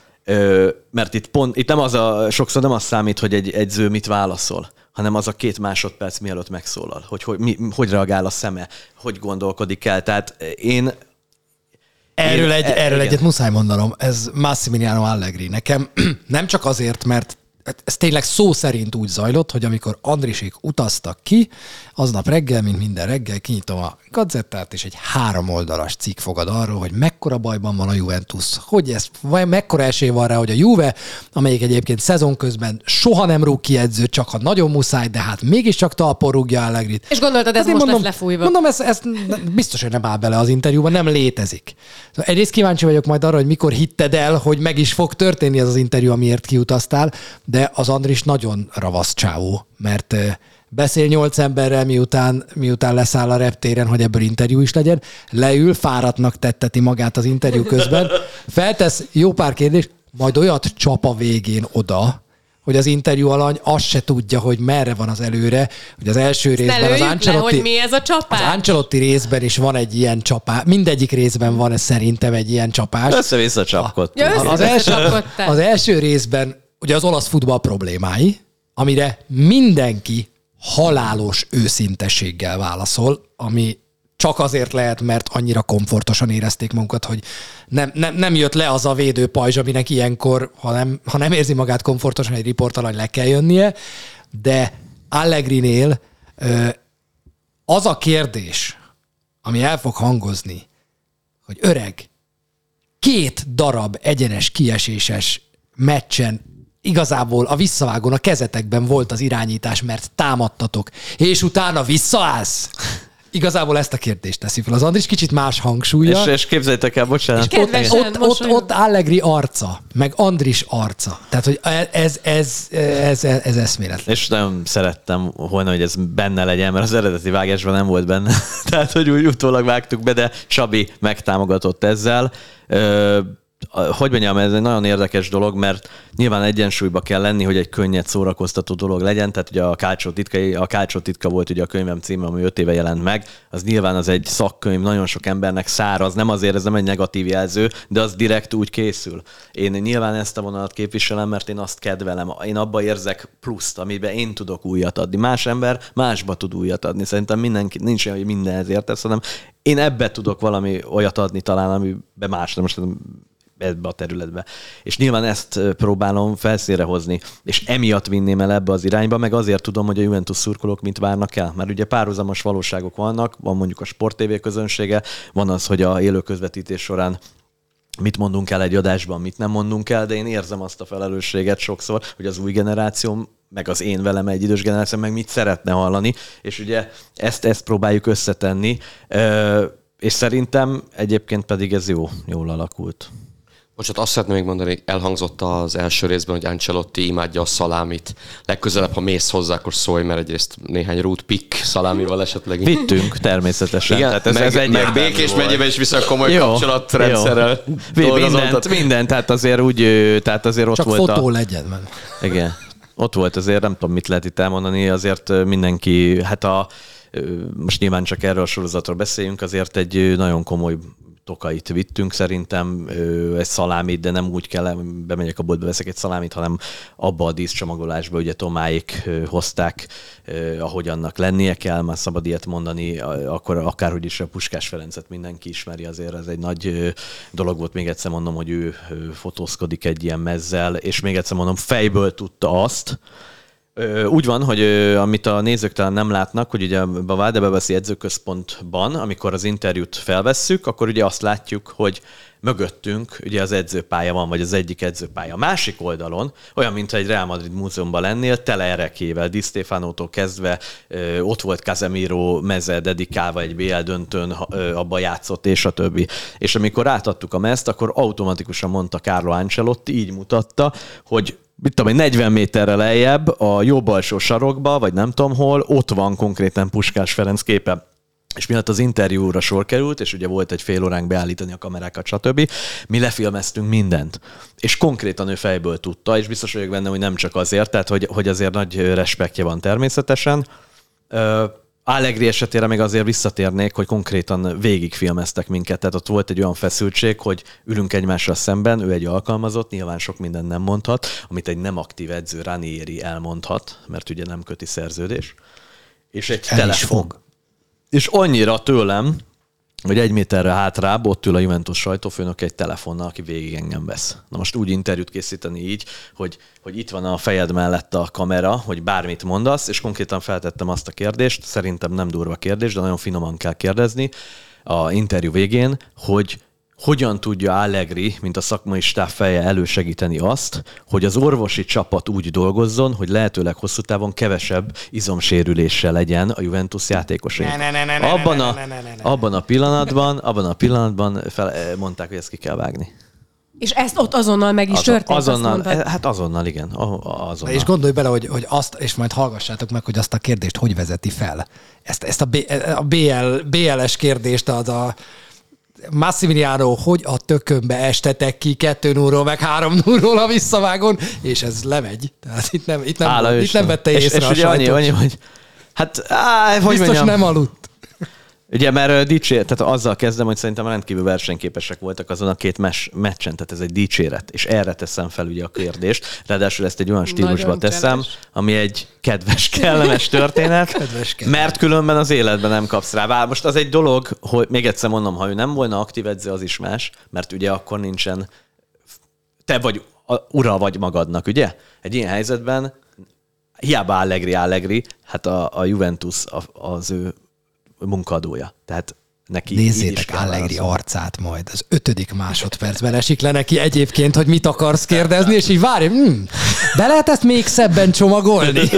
[SPEAKER 6] mert itt pont, itt nem az a, sokszor nem az számít, hogy egy edző mit válaszol, hanem az a két másodperc mielőtt megszólal, hogy hogy, mi, hogy reagál a szeme, hogy gondolkodik el. Tehát én...
[SPEAKER 5] Erről,
[SPEAKER 6] én,
[SPEAKER 5] egy,
[SPEAKER 6] e,
[SPEAKER 5] erről
[SPEAKER 6] igen.
[SPEAKER 5] egyet muszáj mondanom, ez Massimiliano Allegri. Nekem nem csak azért, mert ez tényleg szó szerint úgy zajlott, hogy amikor Andrisék utaztak ki, aznap reggel, mint minden reggel, kinyitom a gazettát, és egy három oldalas cikk fogad arról, hogy mekkora bajban van a Juventus, hogy ez, vagy mekkora esély van rá, hogy a Juve, amelyik egyébként szezon közben soha nem rúg ki edzőt, csak ha nagyon muszáj, de hát mégiscsak talpon rúgja Allegrit.
[SPEAKER 4] És gondoltad, ez hát most
[SPEAKER 5] mondom,
[SPEAKER 4] lesz lefújva?
[SPEAKER 5] Mondom, ez, ez biztos, hogy nem áll bele az interjúban, nem létezik. Egyrészt kíváncsi vagyok majd arra, hogy mikor hitted el, hogy meg is fog történni ez az interjú, amiért kiutaztál, de az Andris nagyon ravasz csávó, mert beszél nyolc emberrel, miután, miután leszáll a reptéren, hogy ebből interjú is legyen, leül, fáradtnak tetteti magát az interjú közben, feltesz jó pár kérdést, majd olyat csap a végén oda, hogy az interjú alany azt se tudja, hogy merre van az előre, hogy az első
[SPEAKER 4] Ezt
[SPEAKER 5] részben az Ancelotti,
[SPEAKER 4] le, hogy mi ez a csapás?
[SPEAKER 5] Az Ancelotti részben is van egy ilyen csapás, mindegyik részben van ez szerintem egy ilyen csapás.
[SPEAKER 6] Össze-vissza csapkodtunk.
[SPEAKER 4] Ja, össze-vissza
[SPEAKER 5] az, első,
[SPEAKER 4] csapkodtál.
[SPEAKER 5] az első részben ugye az olasz futball problémái, amire mindenki halálos őszintességgel válaszol, ami csak azért lehet, mert annyira komfortosan érezték magukat, hogy nem, nem, nem jött le az a védőpajzs, aminek ilyenkor, ha nem, ha nem érzi magát komfortosan, egy riportalany le kell jönnie, de Allegrinél az a kérdés, ami el fog hangozni, hogy öreg, két darab egyenes kieséses meccsen igazából a visszavágón a kezetekben volt az irányítás, mert támadtatok, és utána visszaállsz? Igazából ezt a kérdést teszi fel az Andris, kicsit más hangsúlya.
[SPEAKER 6] És, és képzeljétek el, bocsánat.
[SPEAKER 4] És kedvesen,
[SPEAKER 5] ott, ott, ott, ott Allegri arca, meg Andris arca. Tehát, hogy ez, ez, ez, ez, ez eszméletlen.
[SPEAKER 6] És nem szerettem volna, hogy ez benne legyen, mert az eredeti vágásban nem volt benne. Tehát, hogy úgy utólag vágtuk be, de Csabi megtámogatott ezzel. Ö, hogy mondjam, ez egy nagyon érdekes dolog, mert nyilván egyensúlyba kell lenni, hogy egy könnyed szórakoztató dolog legyen, tehát ugye a Calcio titka, a Calcio titka volt ugye a könyvem címe, ami öt éve jelent meg, az nyilván az egy szakkönyv, nagyon sok embernek száraz, nem azért, ez nem egy negatív jelző, de az direkt úgy készül. Én nyilván ezt a vonalat képviselem, mert én azt kedvelem, én abba érzek pluszt, amiben én tudok újat adni. Más ember másba tud újat adni. Szerintem mindenki, nincs olyan, hogy mindenhez értesz, hanem én ebbe tudok valami olyat adni talán, amiben más, de most ebbe a területbe. És nyilván ezt próbálom felszínre hozni, és emiatt vinném el ebbe az irányba, meg azért tudom, hogy a Juventus szurkolók mit várnak el. Mert ugye párhuzamos valóságok vannak, van mondjuk a Sport té vé közönsége, van az, hogy a élő közvetítés során mit mondunk el egy adásban, mit nem mondunk el, de én érzem azt a felelősséget sokszor, hogy az új generáció, meg az én velem egy idős generáció, meg mit szeretne hallani, és ugye ezt, ezt próbáljuk összetenni, és szerintem egyébként pedig ez jó, jól alakult.
[SPEAKER 7] Bocsát, azt szeretném még mondani, elhangzott az első részben, hogy Ancelotti imádja a szalámit. Legközelebb, ha mész hozzá, akkor szólj, mert egyrészt néhány root pick szalámival esetleg.
[SPEAKER 6] Vittünk természetesen.
[SPEAKER 7] Igen,
[SPEAKER 6] tehát ez,
[SPEAKER 7] meg,
[SPEAKER 6] ez egy
[SPEAKER 7] meg Békés megyében is viszont komoly
[SPEAKER 6] jó,
[SPEAKER 7] kapcsolatrendszerrel
[SPEAKER 6] mindent, mindent, tehát azért úgy, tehát azért ott
[SPEAKER 5] Csak
[SPEAKER 6] volt
[SPEAKER 5] fotó
[SPEAKER 6] a...
[SPEAKER 5] legyen, men.
[SPEAKER 6] Igen. Ott volt azért, nem tudom, mit lehet itt elmondani, azért mindenki, hát a, most nyilván csak erről a sorozatról beszéljünk, azért egy nagyon komoly Tokait vittünk szerintem, egy szalámit, de nem úgy kell, bemegyek a boltba, veszek egy szalámit, hanem abba a díszcsomagolásba, ugye Tomáik hozták, ahogy annak lennie kell, már szabad ilyet mondani, akkor akárhogy is a Puskás Ferencet mindenki ismeri, azért ez egy nagy dolog volt, még egyszer mondom, hogy ő fotózkodik egy ilyen mezzel, és még egyszer mondom, fejből tudta azt, Úgy van, hogy amit a nézők talán nem látnak, hogy ugye a Valdebebeszi edzőközpontban, amikor az interjút felvesszük, akkor ugye azt látjuk, hogy mögöttünk ugye az edzőpálya van, vagy az egyik edzőpálya. A másik oldalon, olyan, mintha egy Real Madrid múzeumban lennél, tele erekével, Di Stefánótól kezdve, ott volt Casemiro meze dedikálva egy bé el döntőn, abba játszott, és a többi. És amikor átadtuk a mezt, akkor automatikusan mondta Carlo Ancelotti, így mutatta, hogy mit tudom, egy negyven méterrel lejjebb a jobb alsó sarokba, vagy nem tudom hol, ott van konkrétan Puskás Ferenc képe. És miatt az interjúra sor került, és ugye volt egy fél óránk beállítani a kamerákat, stb. Mi lefilmeztünk mindent. És konkrétan ő fejből tudta, és biztos vagyok benne, hogy nem csak azért, tehát hogy, hogy azért nagy respektje van természetesen. Allegri esetére még azért visszatérnék, hogy konkrétan végigfilmeztek minket, tehát ott volt egy olyan feszültség, hogy ülünk egymással szemben, ő egy alkalmazott, nyilván sok mindent nem mondhat, amit egy nem aktív edző Ranieri elmondhat, mert ugye nem köti szerződés. És egy
[SPEAKER 5] El is fog.
[SPEAKER 6] És annyira tőlem, hogy egy méterre hátrább ott ül a Juventus sajtófőnök egy telefonnal, aki végig engem vesz. Na most úgy interjút készíteni így, hogy, hogy itt van a fejed mellett a kamera, hogy bármit mondasz, és konkrétan feltettem azt a kérdést, szerintem nem durva kérdés, de nagyon finoman kell kérdezni a interjú végén, hogy hogyan tudja Allegri, mint a szakmai stáb feje elősegíteni azt, hogy az orvosi csapat úgy dolgozzon, hogy lehetőleg hosszú távon kevesebb izomsérüléssel legyen a Juventus játékosai. Abban a, abban a pillanatban, abban a pillanatban fel, mondták, hogy ezt ki kell vágni.
[SPEAKER 4] És ezt ott azonnal meg is
[SPEAKER 6] Azon,
[SPEAKER 4] történt?
[SPEAKER 6] azonnal, hát azonnal, igen. Azonnal.
[SPEAKER 5] És gondolj bele, hogy, hogy azt, és majd hallgassátok meg, hogy azt a kérdést hogy vezeti fel. Ezt, ezt a, B, a bé el, bé el-es kérdést az a Massimiliano, hogy a tökönbe estetek ki kettő nullról, meg három nullról a visszavágon, és ez lemegy. Tehát itt nem, itt nem, itt nem vette észre.
[SPEAKER 6] És, és ugye annyi, annyi, hogy hát, á, hogy
[SPEAKER 5] biztos
[SPEAKER 6] mondjam,
[SPEAKER 5] nem aludt.
[SPEAKER 6] Ugye, mert dicsér, tehát azzal kezdem, hogy szerintem rendkívül versenyképesek voltak azon a két mes, meccsen, tehát ez egy dicséret, és erre teszem fel ugye a kérdést. Ráadásul ezt egy olyan stílusba nagyon teszem, kedves. Ami egy kedves, kellemes történet, kedves, kellemes. Mert különben az életben nem kapsz rá. Most az egy dolog, hogy még egyszer mondom, ha ő nem volna aktív edző, az is más, mert ugye akkor nincsen, te vagy ura vagy magadnak, ugye? Egy ilyen helyzetben hiába Allegri, Allegri, hát a, a Juventus az ő munkaadója. Tehát neki
[SPEAKER 5] nézzétek Allegri arcát majd. Az ötödik másodpercben esik le neki egyébként, hogy mit akarsz kérdezni, és így várj, hm, be lehet ezt még szebben csomagolni?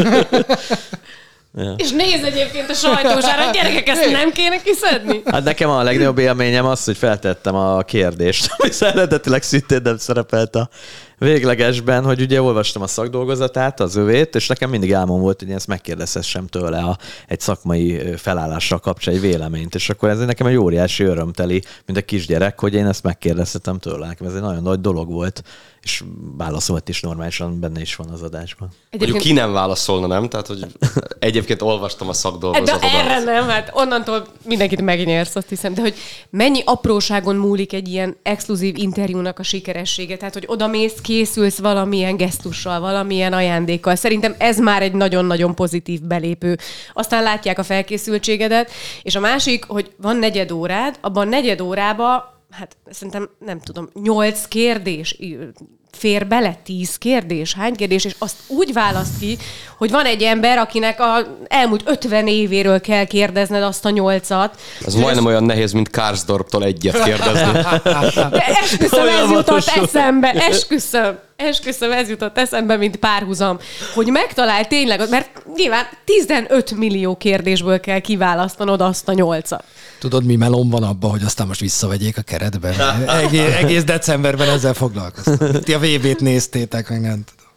[SPEAKER 4] Ja. És nézd egyébként a sajtósára, gyerekek, ezt nem kéne kiszedni?
[SPEAKER 6] Hát nekem a legnagyobb élményem az, hogy feltettem a kérdést, ami eredetileg szintén nem szerepelt a véglegesben, hogy ugye olvastam a szakdolgozatát, az övét, és nekem mindig álmom volt, hogy én ezt megkérdezhessem tőle a, egy szakmai felállással kapcsolatban egy véleményt, és akkor ez nekem egy óriási örömteli, mint a kisgyerek, hogy én ezt megkérdezhetem tőle. Nekem ez egy nagyon nagy dolog volt, és válaszolt is normálisan, benne is van az adásban.
[SPEAKER 7] Egyébként... Mondjuk ki nem válaszolna, nem? Tehát, hogy egyébként olvastam a szakdolgozatot.
[SPEAKER 4] De erre nem, hát onnantól mindenkit megnyersz, azt hiszem. De hogy mennyi apróságon múlik egy ilyen exkluzív interjúnak a sikeressége? Tehát, hogy odamész, készülsz valamilyen gesztussal, valamilyen ajándékkal. Szerintem ez már egy nagyon-nagyon pozitív belépő. Aztán látják a felkészültségedet. És a másik, hogy van negyed órád, abban negyed órába hát szerintem nem tudom, nyolc kérdés fér bele, tíz kérdés, hány kérdés, és azt úgy választ ki, hogy van egy ember, akinek a elmúlt ötven évéről kell kérdezned azt a nyolcat.
[SPEAKER 7] Ez majdnem olyan nehéz, mint Karsdorptól egyet kérdezni.
[SPEAKER 4] De esküszöm, ez jutott eszembe, esküszöm. Esküszöm, ez jutott eszembe, mint párhuzam, hogy megtalál tényleg, mert nyilván tizenöt millió kérdésből kell kiválasztanod azt a nyolcat.
[SPEAKER 5] Tudod, mi melom van abban, hogy aztán most visszavegyék a keretbe? Egész, egész decemberben ezzel foglalkoztam. Ti a vé bét néztétek, meg nem tudom.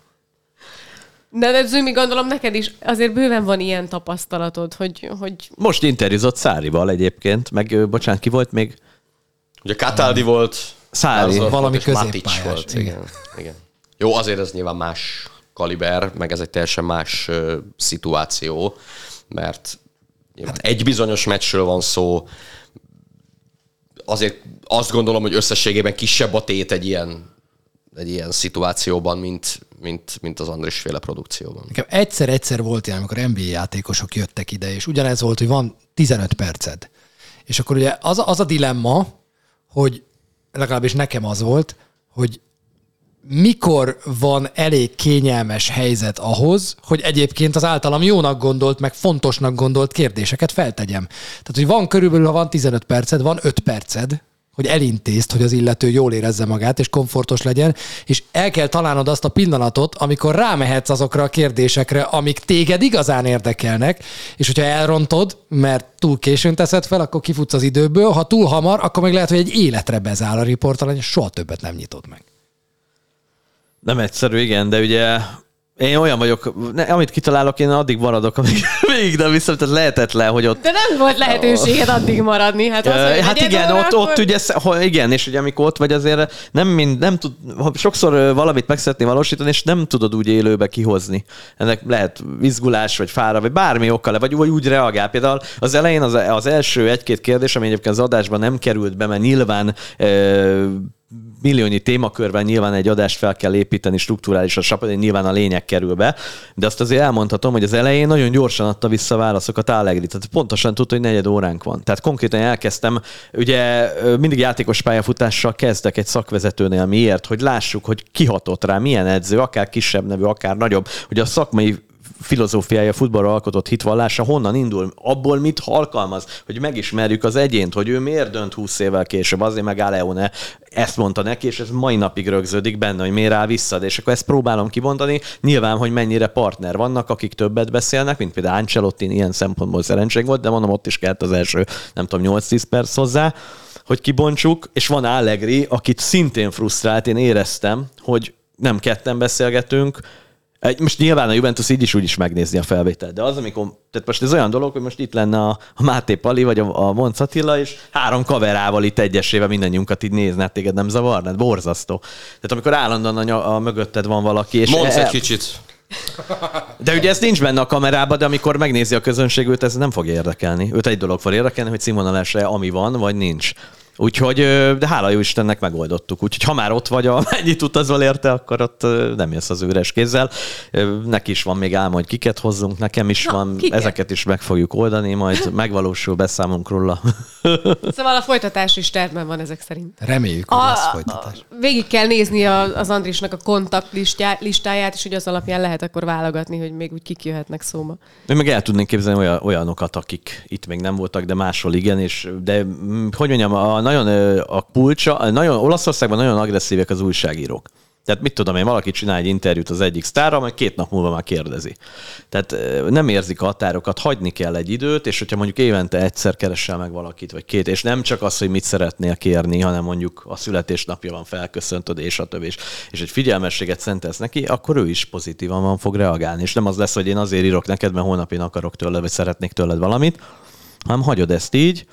[SPEAKER 4] De, de Zümi, gondolom neked is azért bőven van ilyen tapasztalatod, hogy... hogy...
[SPEAKER 6] Most interjúzott Szárival egyébként, meg bocsánat, ki volt még?
[SPEAKER 7] Ugye Cataldi volt,
[SPEAKER 5] Szári, valami középpályás.
[SPEAKER 7] Volt, igen. Igen. igen. Jó, azért ez nyilván más kaliber, meg ez egy teljesen más uh, szituáció, mert hát egy bizonyos meccsről van szó, azért azt gondolom, hogy összességében kisebb a tét egy ilyen, egy ilyen szituációban, mint, mint, mint az Andris féle produkcióban.
[SPEAKER 5] Nekem egyszer-egyszer volt ilyen, amikor en bé á játékosok jöttek ide, és ugyanez volt, hogy van tizenöt perced. És akkor ugye az, az a dilemma, hogy legalábbis nekem az volt, hogy mikor van elég kényelmes helyzet ahhoz, hogy egyébként az általam jónak gondolt, meg fontosnak gondolt kérdéseket feltegyem. Tehát, hogy van körülbelül, ha van tizenöt perced, van öt perced, hogy elintézd, hogy az illető jól érezze magát, és komfortos legyen, és el kell találnod azt a pillanatot, amikor rámehetsz azokra a kérdésekre, amik téged igazán érdekelnek, és hogyha elrontod, mert túl későn teszed fel, akkor kifutsz az időből, ha túl hamar, akkor meg lehet, hogy egy életre bezáll a riportalany, és soha többet nem nyitod meg.
[SPEAKER 6] Nem egyszerű, igen, de ugye én olyan vagyok, ne, amit kitalálok, én addig maradok, amíg végig nem viszem, tehát lehetetlen, hogy ott...
[SPEAKER 4] De nem volt lehetőséged addig maradni. Hát, az,
[SPEAKER 6] uh, hát igen,
[SPEAKER 4] óra,
[SPEAKER 6] ott, ott ugye, igen, és ugye amikor ott vagy azért nem mind, nem tud, sokszor valamit meg szeretné valósítani, és nem tudod úgy élőbe kihozni. Ennek lehet izgulás, vagy fára, vagy bármi oka le, vagy, vagy úgy reagál. Például az elején az, az első egy-két kérdés, ami egyébként az adásban nem került be, mert nyilván uh, milliónyi témakörben nyilván egy adást fel kell építeni strukturálisan, nyilván a lényeg kerül be, de azt azért elmondhatom, hogy az elején nagyon gyorsan adta vissza válaszokat Allegri, tehát pontosan tudta, hogy negyed óránk van. Tehát konkrétan elkezdtem, ugye mindig játékos pályafutással kezdek egy szakvezetőnél. Miért? Hogy lássuk, hogy kihatott rá, milyen edző, akár kisebb nevű, akár nagyobb, hogy a szakmai filozófiája, futballra alkotott hitvallása honnan indul, abból mit alkalmaz, hogy megismerjük az egyént, hogy ő miért dönt húsz évvel később, azért meg Aleone ezt mondta neki, és ez mai napig rögződik benne, hogy miért áll vissza, és akkor ezt próbálom kibontani, nyilván, hogy mennyire partner vannak, akik többet beszélnek, mint például Ancelotti, ilyen szempontból szerencség volt, de mondom, ott is kellett az első, nem tudom, nyolc-tíz perc hozzá, hogy kibontsuk, és van Allegri, akit szintén frusztrált, én éreztem, hogy nem ketten beszélgetünk. Most nyilván a Juventus így is úgy is megnézni a felvételt, de az, amikor, tehát most ez olyan dolog, hogy most itt lenne a, a Máté Pali, vagy a, a Monc Attila, és három kamerával itt egyesével mindannyiunkat így nézne, hát téged nem zavarnád? Borzasztó. Tehát amikor állandóan a, a mögötted van valaki, és...
[SPEAKER 7] Mondsz egy kicsit.
[SPEAKER 6] De ugye ez nincs benne a kamerában, de amikor megnézi a közönség őt, ez nem fog érdekelni. Őt egy dolog fog érdekelni, hogy színvonalasra ami van, vagy nincs. Úgyhogy, de hála jó Istennek megoldottuk. Úgyhogy ha már ott vagy, amennyit utazol érte, akkor ott nem jössz az üres kézzel. Neki is van még álma, hogy kiket hozzunk, nekem is Na, van, kiket? Ezeket is meg fogjuk oldani, majd megvalósul, beszámunk róla.
[SPEAKER 4] Szóval a folytatás is tervben van ezek szerint.
[SPEAKER 5] Reméljük, hogy a, lesz folytatás.
[SPEAKER 4] A, végig kell nézni a, az Andrisnak a kontakt listáját, és hogy az alapján lehet akkor válogatni, hogy még úgy kik jöhetnek szóba.
[SPEAKER 6] Én meg el tudnék képzelni olyan, olyanokat, akik itt még nem voltak, de máshol igen, és de hogy mondjam, a nagyon a kulcsa, nagyon, Olaszországban nagyon agresszívek az újságírók. Tehát mit tudom én, valaki csinál egy interjút az egyik sztárral, majd két nap múlva már kérdezi. Tehát nem érzik a határokat, hagyni kell egy időt, és hogyha mondjuk évente egyszer keressel meg valakit, vagy két, és nem csak az, hogy mit szeretnél kérni, hanem mondjuk a születésnapja van, felköszöntöd, és a többi, és, és egy figyelmességet szentelsz neki, akkor ő is pozitívan van fog reagálni. És nem az lesz, hogy én azért írok neked, mert holnap én akarok tőled, vagy szeretnék tőled valamit, hanem hagyod ezt így.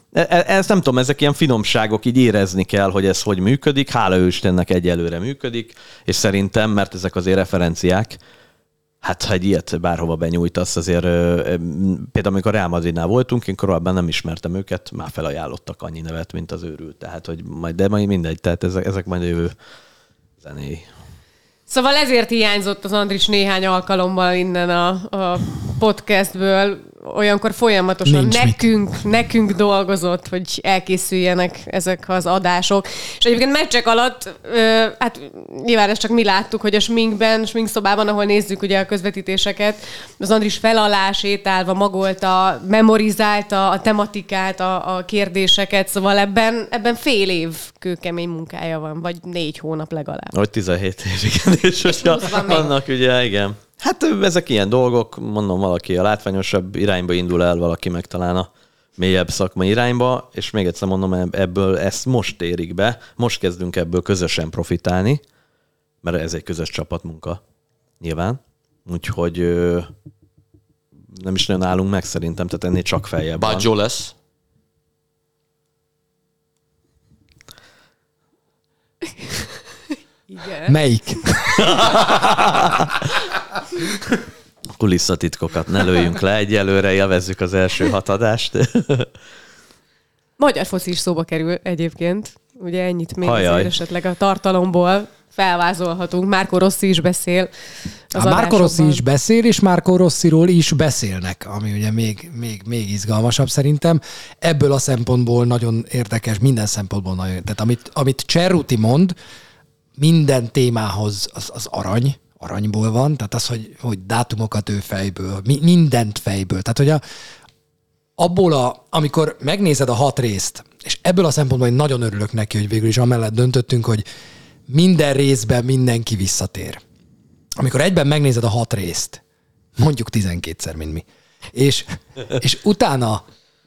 [SPEAKER 6] Ezt nem tudom, ezek ilyen finomságok, így érezni kell, hogy ez hogy működik. Hála ő Istennek egyelőre működik, és szerintem, mert ezek azért referenciák, hát ha egy ilyet bárhova benyújtasz, azért például amikor Real Madridnál voltunk, én korábban nem ismertem őket, már felajánlottak annyi nevet, mint az őrült. Tehát, hogy majd, de majd mindegy, tehát ezek, ezek majd jövő zenéi.
[SPEAKER 4] Szóval ezért hiányzott az Andris néhány alkalommal innen a, a podcastből. Olyankor folyamatosan Nincs nekünk, mit. nekünk dolgozott, hogy elkészüljenek ezek az adások. És egyébként meccsek alatt, ö, hát nyilván ezt csak mi láttuk, hogy a sminkben, sminkszobában, ahol nézzük ugye a közvetítéseket, az Andris felalá sétálva magolta, memorizálta a tematikát, a, a kérdéseket, szóval ebben, ebben fél év kőkemény munkája van, vagy négy hónap legalább.
[SPEAKER 6] Vagy tizenhét év, igen. És, és vannak ugye, igen. Hát ezek ilyen dolgok, mondom, valaki a látványosabb irányba indul el, valaki meg talán a mélyebb szakmai irányba, és még egyszer mondom, ebből ezt most érik be, most kezdünk ebből közösen profitálni, mert ez egy közös csapatmunka, nyilván. Úgyhogy nem is nagyon állunk meg szerintem, tehát ennél csak feljebb van.
[SPEAKER 7] Baggio lesz.
[SPEAKER 4] Igen.
[SPEAKER 5] Melyik?
[SPEAKER 6] Kulisszatitkokat ne lőjünk le egyelőre, élvezzük az első hat adást.
[SPEAKER 4] Magyar foci is szóba kerül egyébként. Ugye ennyit még azért esetleg a tartalomból felvázolhatunk. Marco Rossi is beszél az
[SPEAKER 5] a Marco Rossi is beszél, és Marco Rossiról is beszélnek, ami ugye még, még, még izgalmasabb szerintem. Ebből a szempontból nagyon érdekes, minden szempontból nagyon. Tehát amit, amit Cerruti mond, minden témához az, az arany, aranyból van, tehát az, hogy, hogy dátumokat ő fejből, mi, mindent fejből. Tehát, hogy a, abból, a, amikor megnézed a hat részt, és ebből a szempontból én nagyon örülök neki, hogy végül is amellett döntöttünk, hogy minden részben mindenki visszatér. Amikor egyben megnézed a hat részt, mondjuk tizenkétszer, mint mi, és, és utána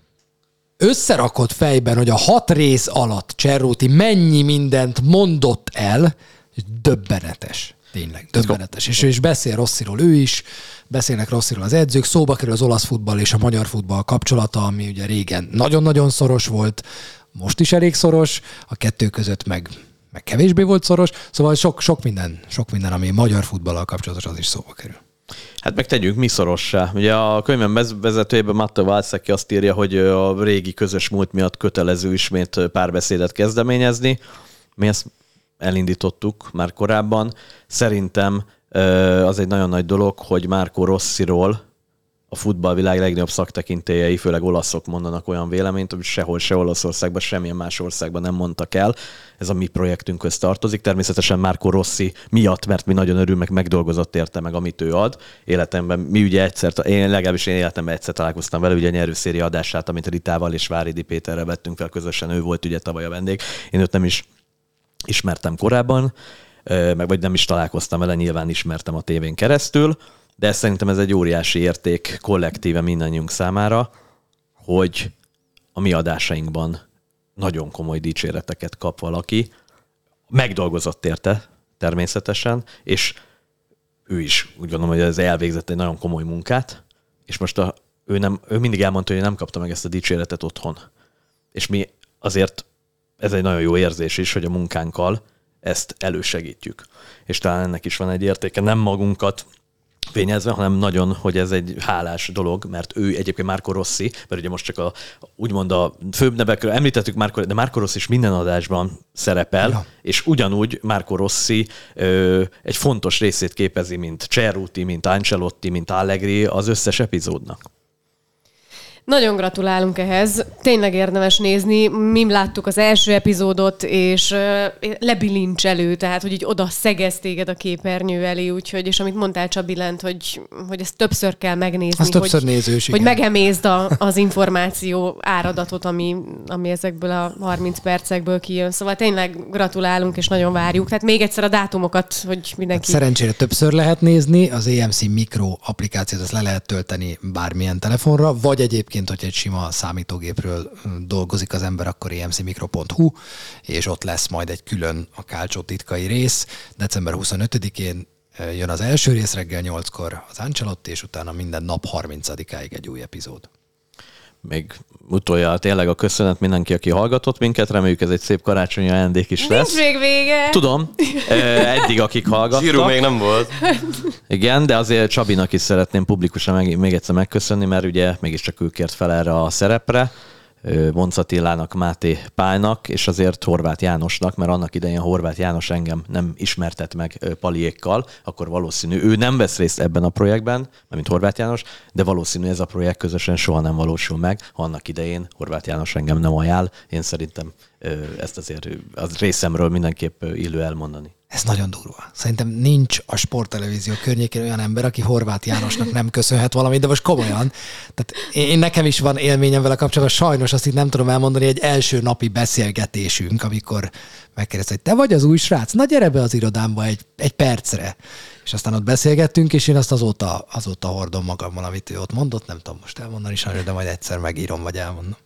[SPEAKER 5] összerakod fejben, hogy a hat rész alatt Cerruti mennyi mindent mondott el, döbbenetes. Tényleg, döbbenetes. És, és beszél Rossiról ő is, beszélnek Rossiról az edzők, szóba kerül az olasz futball és a magyar futball kapcsolata, ami ugye régen nagyon-nagyon szoros volt, most is elég szoros, a kettő között meg, meg kevésbé volt szoros, szóval sok, sok minden, sok minden, ami magyar futballal kapcsolatos, az is szóba kerül.
[SPEAKER 6] Hát meg tegyünk mi szorossá. Ugye a könyvem vezetőjében Matteo Valsecchi azt írja, hogy a régi közös múlt miatt kötelező ismét párbeszédet kezdeményezni. Mi ezt elindítottuk már korábban. Szerintem az egy nagyon nagy dolog, hogy Marco Rossiról a futballvilág legnagyobb szaktekintélyei, főleg olaszok mondanak olyan véleményt, hogy sehol, se Olaszországban, semmilyen más országban nem mondtak el. Ez a mi projektünkhöz tartozik. Természetesen Marco Rossi miatt, mert mi nagyon örül, meg megdolgozott érte meg, amit ő ad. Életemben mi ugye egyszer, én legalábbis én életemben egyszer találkoztam vele, ugye a nyerőszéria adását, amit Ritával és Váridi Péterrel vettünk fel közösen, ő volt ugye tavaly a vendég. Én őt nem is ismertem korábban, meg vagy nem is találkoztam vele, nyilván ismertem a tévén keresztül, de szerintem ez egy óriási érték kollektíve mindannyiunk számára, hogy a mi adásainkban nagyon komoly dicséreteket kap valaki, megdolgozott érte természetesen, és ő is úgy gondolom, hogy ez elvégzett egy nagyon komoly munkát, és most a, ő, nem, ő mindig elmondta, hogy nem kapta meg ezt a dicséretet otthon. És mi azért, ez egy nagyon jó érzés is, hogy a munkánkkal ezt elősegítjük. És talán ennek is van egy értéke, nem magunkat fényezve, hanem nagyon, hogy ez egy hálás dolog, mert ő egyébként Marco Rossi, mert ugye most csak a, úgymond a főbb nevekről említettük, Marco, de Marco Rossi is minden adásban szerepel, ja. És ugyanúgy Marco Rossi ö, egy fontos részét képezi, mint Cerruti, mint Ancelotti, mint Allegri az összes epizódnak.
[SPEAKER 4] Nagyon gratulálunk ehhez. Tényleg érdemes nézni. Mi láttuk az első epizódot, és lebilincselő, tehát, hogy így oda szegez téged a képernyő elé, úgyhogy, és amit mondtál Csabi lent, hogy, hogy ezt többször kell megnézni.
[SPEAKER 5] Azt többször nézős,
[SPEAKER 4] hogy megemészd a, az információ áradatot, ami, ami ezekből a harminc percekből kijön. Szóval tényleg gratulálunk, és nagyon várjuk. Tehát még egyszer a dátumokat, hogy mindenki...
[SPEAKER 5] Hát szerencsére többször lehet nézni, az á em cé Micro applikációt ezt le lehet tölteni bármilyen telefonra, vagy egyébként hogy egy sima számítógépről dolgozik az ember, akkor á em cé mikro pont hu, és ott lesz majd egy külön a Calcio titkai rész. december huszonötödikén jön az első rész reggel nyolckor az Ancelotti, és utána minden nap harmincadikáig egy új epizód.
[SPEAKER 6] Még utoljára tényleg a köszönet mindenki, aki hallgatott minket, reméljük ez egy szép karácsonyi ajándék is lesz.
[SPEAKER 4] Nincs még vége.
[SPEAKER 6] Tudom, eddig akik hallgattak.
[SPEAKER 7] Zsíró még nem volt.
[SPEAKER 6] Igen, de azért Csabinak is szeretném publikusan meg, még egyszer megköszönni, mert ugye mégiscsak ő kért fel erre a szerepre. Bonc Attilának, Máté Pálnak, és azért Horváth Jánosnak, mert annak idején Horváth János engem nem ismertet meg Paliékkal, akkor valószínű, ő nem vesz részt ebben a projektben, mint Horváth János, de valószínű ez a projekt közösen soha nem valósul meg, ha annak idején Horváth János engem nem ajánl. Én szerintem ezt azért az részemről mindenképp illő elmondani.
[SPEAKER 5] Ez nagyon durva. Szerintem nincs a sporttelevízió környékén olyan ember, aki Horváth Jánosnak nem köszönhet valamit, de most komolyan. Tehát én nekem is van élményem vele kapcsolatban, sajnos azt itt nem tudom elmondani, egy első napi beszélgetésünk, amikor megkérdezte, hogy te vagy az új srác? Na gyere be az irodámba egy, egy percre. És aztán ott beszélgettünk, és én azt azóta, azóta hordom magammal, amit ő ott mondott, nem tudom most elmondani sajnos, de majd egyszer megírom, vagy elmondom.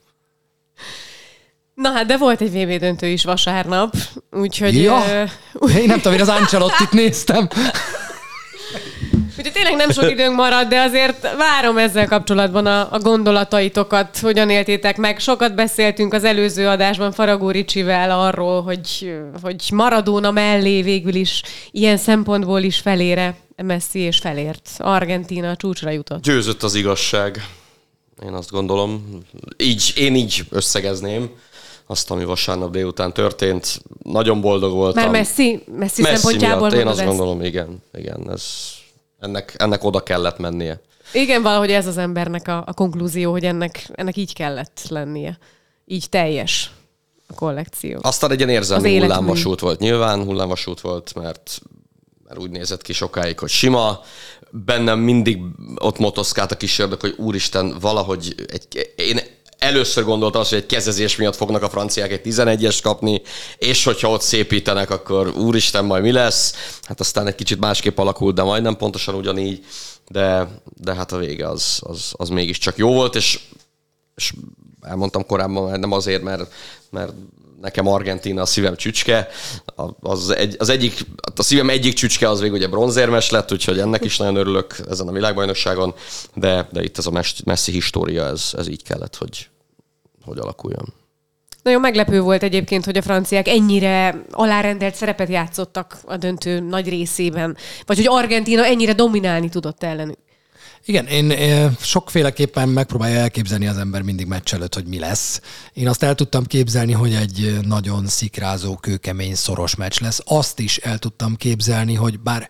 [SPEAKER 4] Na hát, de volt egy vé bé döntő is vasárnap, úgyhogy...
[SPEAKER 5] Ja,
[SPEAKER 4] uh,
[SPEAKER 5] én nem tudom, én az Ancelottit néztem.
[SPEAKER 4] Úgyhogy tényleg nem sok időnk marad, de azért várom ezzel kapcsolatban a, a gondolataitokat, hogyan éltétek meg. Sokat beszéltünk az előző adásban Faragó Ricsivel arról, hogy, hogy Maradona mellé végül is ilyen szempontból is felére Messi és felért. Argentína csúcsra jutott.
[SPEAKER 7] Győzött az igazság. Én azt gondolom. Így, én így összegezném azt, ami vasárnap délután történt. Nagyon boldog voltam.
[SPEAKER 4] Már Messi, Messi,
[SPEAKER 7] Messi
[SPEAKER 4] szempontjából
[SPEAKER 7] miatt, én azt
[SPEAKER 4] ezt.
[SPEAKER 7] gondolom, igen. igen ez, ennek, ennek oda kellett mennie.
[SPEAKER 4] Igen, valahogy ez az embernek a, a konklúzió, hogy ennek, ennek így kellett lennie. Így teljes. a kollekció.
[SPEAKER 7] Aztán egy ilyen érzelmi hullámvasút volt. Nyilván hullámvasút volt, mert, mert úgy nézett ki sokáig, hogy sima. Bennem mindig ott motoszkált a kis ördög, hogy úristen, valahogy egy, én először gondoltam azt, hogy egy kezezés miatt fognak a franciák egy tizenegyest kapni, és hogyha ott szépítenek, akkor úristen, majd mi lesz? Hát aztán egy kicsit másképp alakult, de majdnem pontosan ugyanígy, de, de hát a vége az, az, az mégiscsak jó volt, és, és elmondtam korábban, nem azért, mert, mert nekem Argentína a szívem csücske, az, egy, az egyik, a szívem egyik csücske az végül ugye bronzérmes lett, úgyhogy ennek is nagyon örülök ezen a világbajnokságon, de, de itt ez a Messi história, ez, ez így kellett, hogy, hogy alakuljon.
[SPEAKER 4] Nagyon meglepő volt egyébként, hogy a franciák ennyire alárendelt szerepet játszottak a döntő nagy részében, vagy hogy Argentína ennyire dominálni tudott ellenük.
[SPEAKER 5] Igen, én sokféleképpen megpróbálja elképzelni az ember mindig meccs előtt, hogy mi lesz. Én azt el tudtam képzelni, hogy egy nagyon szikrázó, kőkemény, szoros meccs lesz. Azt is el tudtam képzelni, hogy bár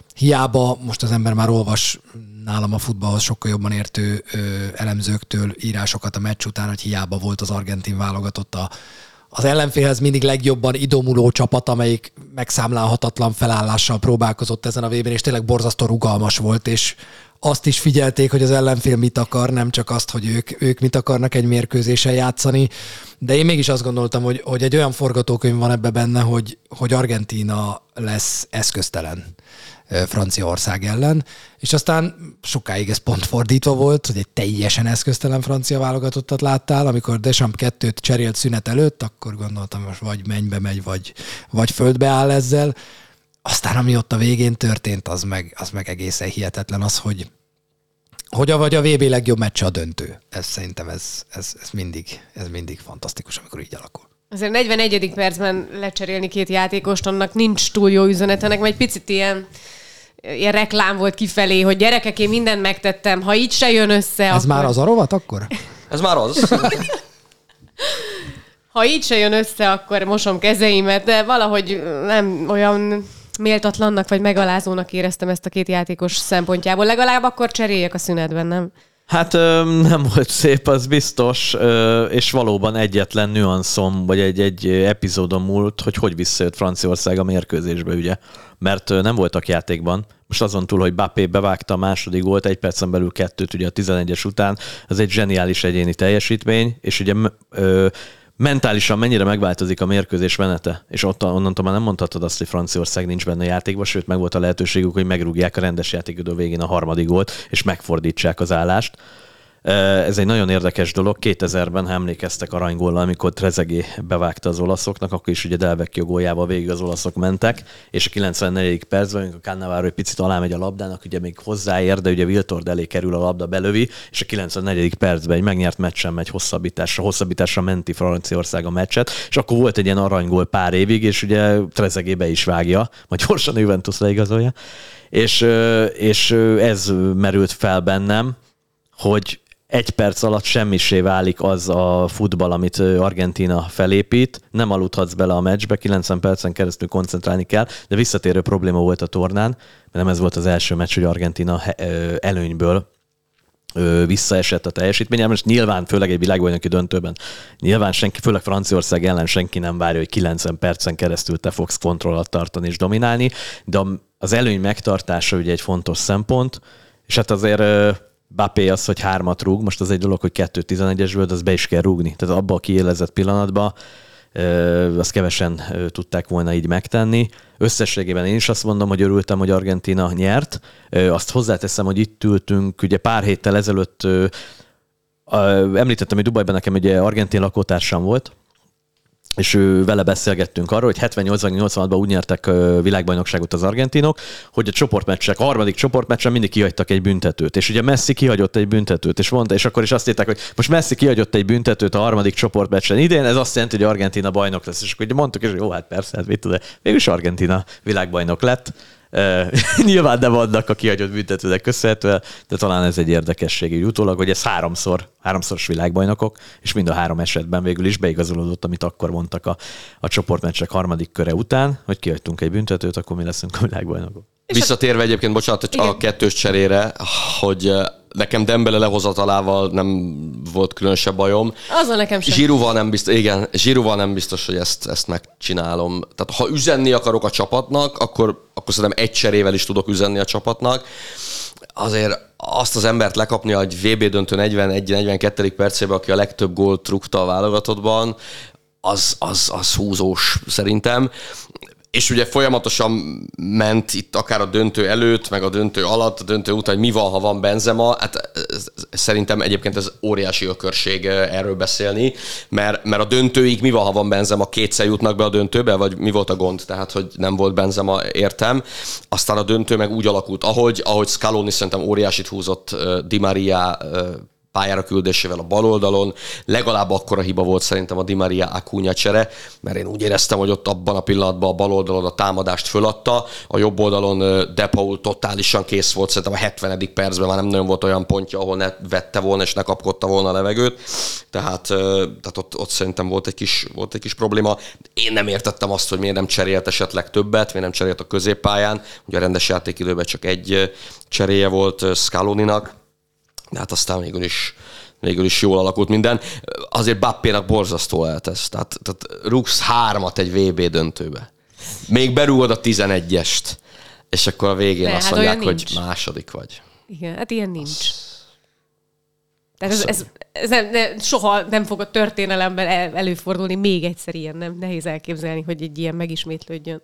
[SPEAKER 5] hiába most az ember már olvas nálam a futballhoz sokkal jobban értő ö, elemzőktől írásokat a meccs után, hogy hiába volt az argentin válogatott a az ellenfélhez mindig legjobban idomuló csapat, amelyik megszámlálhatatlan felállással próbálkozott ezen a vében, és tényleg borzasztó rugalmas volt, és azt is figyelték, hogy az ellenfél mit akar, nem csak azt, hogy ők, ők mit akarnak egy mérkőzésen játszani. De én mégis azt gondoltam, hogy, hogy egy olyan forgatókönyv van ebbe benne, hogy, hogy Argentína lesz eszköztelen Franciaország ellen, és aztán sokáig ez pont fordítva volt, hogy egy teljesen eszköztelen francia válogatottat láttál, amikor Deschamps kettőt cserélt szünet előtt, akkor gondoltam, most vagy mennybe megy, vagy, vagy földbe áll ezzel. Aztán ami ott a végén történt, az meg, az meg egészen hihetetlen az, hogy hogy a vagy a vé bé legjobb meccse a döntő. Ez szerintem ez, ez, ez, mindig, ez mindig fantasztikus, amikor így alakul.
[SPEAKER 4] Azért negyvenegyedik percben lecserélni két játékost, annak nincs túl jó üzenete, nekem egy picit ilyen, ilyen reklám volt kifelé, hogy gyerekek, én mindent megtettem, ha így se jön össze,
[SPEAKER 5] Ez
[SPEAKER 4] akkor...
[SPEAKER 5] már az a rovat akkor?
[SPEAKER 7] Ez már az.
[SPEAKER 4] Ha így se jön össze, akkor mosom kezeimet, de valahogy nem olyan méltatlannak vagy megalázónak éreztem ezt a két játékos szempontjából. Legalább akkor cseréljek a szünetben, nem?
[SPEAKER 6] Hát nem volt szép, az biztos, és valóban egyetlen nüanszom, vagy egy, egy epizódon múlt, hogy hogy visszajött Franciaország a mérkőzésbe, ugye? Mert nem voltak játékban. Most azon túl, hogy Mbappé bevágta a második gólt, egy percen belül kettőt ugye a tizenegyes után, az egy zseniális egyéni teljesítmény, és ugye ö, mentálisan mennyire megváltozik a mérkőzés menete, és ott, onnantól már nem mondhatod azt, hogy Franciaország nincs benne a játékban, sőt meg volt a lehetőségük, hogy megrúgják a rendes játékidő végén a harmadik gólt, és megfordítsák az állást. Ez egy nagyon érdekes dolog. kétezerben, ha emlékeztek aranygóllal, amikor Trezeguet bevágta az olaszoknak, akkor is ugye Del Vecchio góljával végig az olaszok mentek, és a kilencvennegyedik percben, amikor Cannavaro egy picit alá megy a labdának, ugye még hozzáér, de ugye Wiltord elé kerül a labda, belövi, és a kilencvennegyedik percben egy megnyert meccsen megy hosszabbításra, hosszabbításra menti Franciaország a meccset, és akkor volt egy ilyen aranygól pár évig, és ugye Trezeguet be is vágja, majd gyorsan Juventus leigazolja, és, és ez merült fel bennem, hogy egy perc alatt semmisé válik az a futball, amit Argentína felépít. Nem aludhatsz bele a meccsbe, kilencven percen keresztül koncentrálni kell, de visszatérő probléma volt a tornán, mert nem ez volt az első meccs, hogy Argentína előnyből visszaesett a teljesítményem, és nyilván, főleg egy világbajnoki döntőben, nyilván senki, főleg Franciaország ellen senki nem várja, hogy kilencven percen keresztül te fogsz kontrollat tartani és dominálni, de az előny megtartása ugye egy fontos szempont, és hát azért Mbappé az, hogy hármat rúg, most az egy dolog, hogy kettő tizenegyesből, de azt be is kell rúgni. Tehát abban a kiélezett pillanatban azt kevesen tudták volna így megtenni. Összességében én is azt mondom, hogy örültem, hogy Argentína nyert. Azt hozzáteszem, hogy itt ültünk, ugye pár héttel ezelőtt említettem, hogy Dubajban nekem ugye argentin lakótársam volt, és ő, vele beszélgettünk arról, hogy hetvennyolcban-nyolcvanhatban úgy nyertek világbajnokságot az argentinok, hogy a csoportmeccsek, a harmadik csoportmeccsen mindig kihagytak egy büntetőt. És ugye Messi kihagyott egy büntetőt, és mondta, és akkor is azt írták, hogy most Messi kihagyott egy büntetőt a harmadik csoportmeccsen idén, ez azt jelenti, hogy Argentína bajnok lesz. És akkor ugye mondtuk, és jó, hát persze, hát mit tud, végülis Argentína világbajnok lett. Uh, nyilván nem adnak a kihagyott büntetőnek köszönhetően, de talán ez egy érdekesség így utólag, hogy ez háromszor, háromszoros világbajnokok, és mind a három esetben végül is beigazolódott, amit akkor mondtak a, a csoportmeccsek harmadik köre után, hogy kihagytunk egy büntetőt, akkor mi leszünk a világbajnokok.
[SPEAKER 7] Visszatérve egyébként, bocsánat, hogy a kettős cserére, hogy nekem Dembele lehozatalával nem volt különösebb bajom.
[SPEAKER 4] Azon nekem sem.
[SPEAKER 7] Giroudval nem biztos, igen, Giroudval nem biztos, hogy ezt, ezt megcsinálom. Tehát ha üzenni akarok a csapatnak, akkor, akkor szerintem egy cserével is tudok üzenni a csapatnak. Azért azt az embert lekapni egy vé bé döntő negyvenegy negyvenkettedik percében, aki a legtöbb gólt rúgta a válogatottban, az, az, az húzós szerintem. És ugye folyamatosan ment itt akár a döntő előtt, meg a döntő alatt, a döntő után, hogy mi van, ha van Benzema. Hát szerintem egyébként ez óriási ökörség erről beszélni, mert, mert a döntőig mi van, ha van Benzema, kétszer jutnak be a döntőbe, vagy mi volt a gond? Tehát, hogy nem volt Benzema, értem. Aztán a döntő meg úgy alakult, ahogy, ahogy Scaloni szerintem óriásit húzott Di Maria pályára küldésével a bal oldalon. Legalább akkora hiba volt szerintem a Di Maria Acuna csere, mert én úgy éreztem, hogy ott abban a pillanatban a bal oldalon a támadást föladta, a jobb oldalon De Paul totálisan kész volt, szerintem a hetvenedik percben már nem nagyon volt olyan pontja, ahol ne vette volna és ne kapkodta volna a levegőt. Tehát, tehát ott, ott szerintem volt egy, kis, volt egy kis probléma. Én nem értettem azt, hogy miért nem cserélt esetleg többet, miért nem cserélt a középpályán. Ugye a rendes játékidőben csak egy cseréje volt Scaloninak. De hát aztán végül is, végül is jól alakult minden. Azért Bappénak borzasztó lehet ez. Tehát, tehát rúgsz hármat egy vé bé döntőbe. Még berúgod a tizenegyest, és akkor a végén De, azt hát mondják, hogy második vagy.
[SPEAKER 4] Igen, hát ilyen nincs. Tehát ez, ez, ez nem, ne, soha nem fog a történelemben el, előfordulni még egyszer ilyen. Nem nehéz elképzelni, hogy egy ilyen megismétlődjön.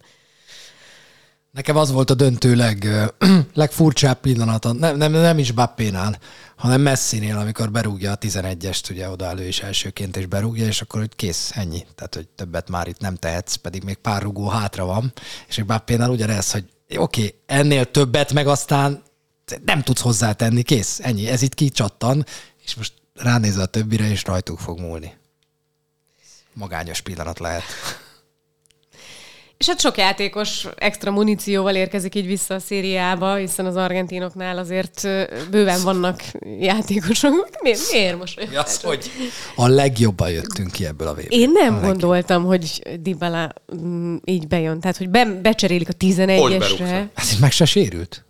[SPEAKER 5] Nekem az volt a döntő leg, legfurcsább pillanata, nem, nem, nem is Bappénál, hanem Messinél, amikor berúgja a tizenegyest, ugye oda elő is elsőként, és berúgja, és akkor hogy kész, ennyi. Tehát, hogy többet már itt nem tehetsz, pedig még pár rugó hátra van. És egy Bappénál ugyanez, hogy oké, okay, ennél többet meg aztán nem tudsz hozzátenni, kész, ennyi. Ez itt kicsattan, és most ránézel a többire, és rajtuk fog múlni. Magányos pillanat lehet.
[SPEAKER 4] És hát sok játékos extra munícióval érkezik így vissza a szériába, hiszen az argentinoknál azért bőven vannak játékosok. Miért, miért most?
[SPEAKER 5] Mi az, hogy a legjobban jöttünk ki ebből a véből.
[SPEAKER 4] Én nem gondoltam, hogy Dybala mm, így bejön. Tehát, hogy be, becserélik a tizenegyesre.
[SPEAKER 5] Hát itt meg se sérült.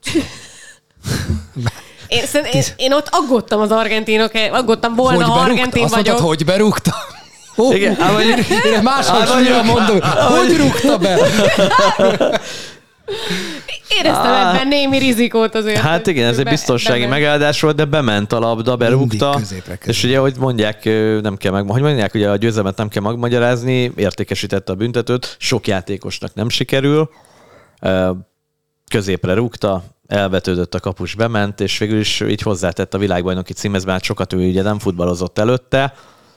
[SPEAKER 4] Én, én, én ott aggódtam az argentinok, aggódtam volna, ha argentin
[SPEAKER 5] Azt
[SPEAKER 4] vagyok.
[SPEAKER 5] mondtad, hogy berúgta? Oh, igen, én máshogy mondom, hogy rúgta be?
[SPEAKER 4] Éreztem ah, ebben némi rizikót azért.
[SPEAKER 6] Hát igen, ez egy biztonsági be, megáldás volt, de bement a labda, berúgta. És ugye, hogy mondják, nem kell meg, hogy mondják, ugye a győzelmet nem kell megmagyarázni, értékesítette a büntetőt, sok játékosnak nem sikerül. Középre rúgta, elvetődött a kapus, bement, és végül is így hozzátett a világbajnoki címhez, mert sokat ő ugye nem futballozott előtte.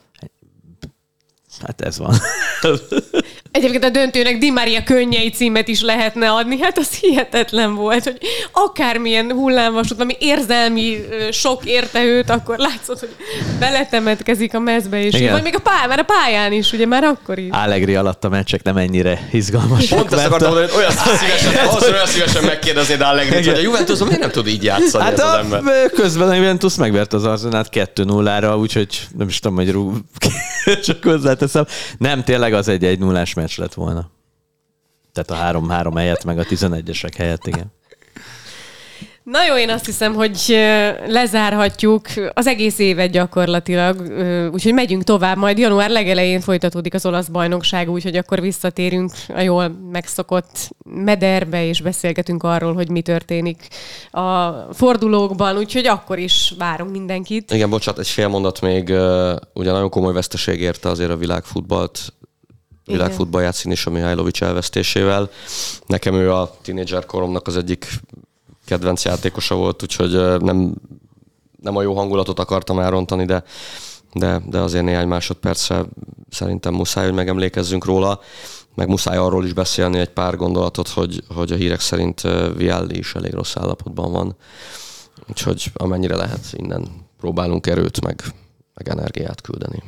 [SPEAKER 6] Hát ez van.
[SPEAKER 4] Egyébként a döntőnek Di Maria könnyei címet is lehetne adni, hát az hihetetlen volt, hogy akármilyen hullámvasút, ami érzelmi sok érte őt, akkor látszott, hogy beletemetkezik a mezbe, és igen. Vagy még a pályán, már a pályán is, ugye már akkor is.
[SPEAKER 6] Allegri alatt a meccsek nem ennyire izgalmasak.
[SPEAKER 7] Pont ezt akartam mondani, hogy olyan szívesen, ahhoz, olyan szívesen megkérdeznéd Allegrit, hogy a Juventus miért nem tud így játszani hát ez az ember.
[SPEAKER 6] Közben a Juventus megvert az Arsenalt kettő nullára, úgyhogy nem is tudom, hogy rúg... csak hozzáteszem. Nem, tényleg az egy egy nullás meccs lett volna. Tehát a három-három helyett, meg a tizenegyesek helyett, igen.
[SPEAKER 4] Na jó, én azt hiszem, hogy lezárhatjuk az egész évet gyakorlatilag, úgyhogy megyünk tovább, majd január legelején folytatódik az olasz bajnokság, úgyhogy akkor visszatérünk a jól megszokott mederbe, és beszélgetünk arról, hogy mi történik a fordulókban, úgyhogy akkor is várunk mindenkit.
[SPEAKER 7] Igen, bocsánat, egy fél mondat még, ugye nagyon komoly veszteség érte azért a világfutballt, világfutball játszínésa Mihajlovics elvesztésével. Nekem ő a tínédzser koromnak az egyik kedvenc játékosa volt, úgyhogy nem, nem a jó hangulatot akartam elrontani, de, de, de azért néhány másodperccel szerintem muszáj, hogy megemlékezzünk róla, meg muszáj arról is beszélni egy pár gondolatot, hogy, hogy a hírek szerint Vialli is elég rossz állapotban van. Úgyhogy amennyire lehet, innen próbálunk erőt, meg, meg energiát küldeni.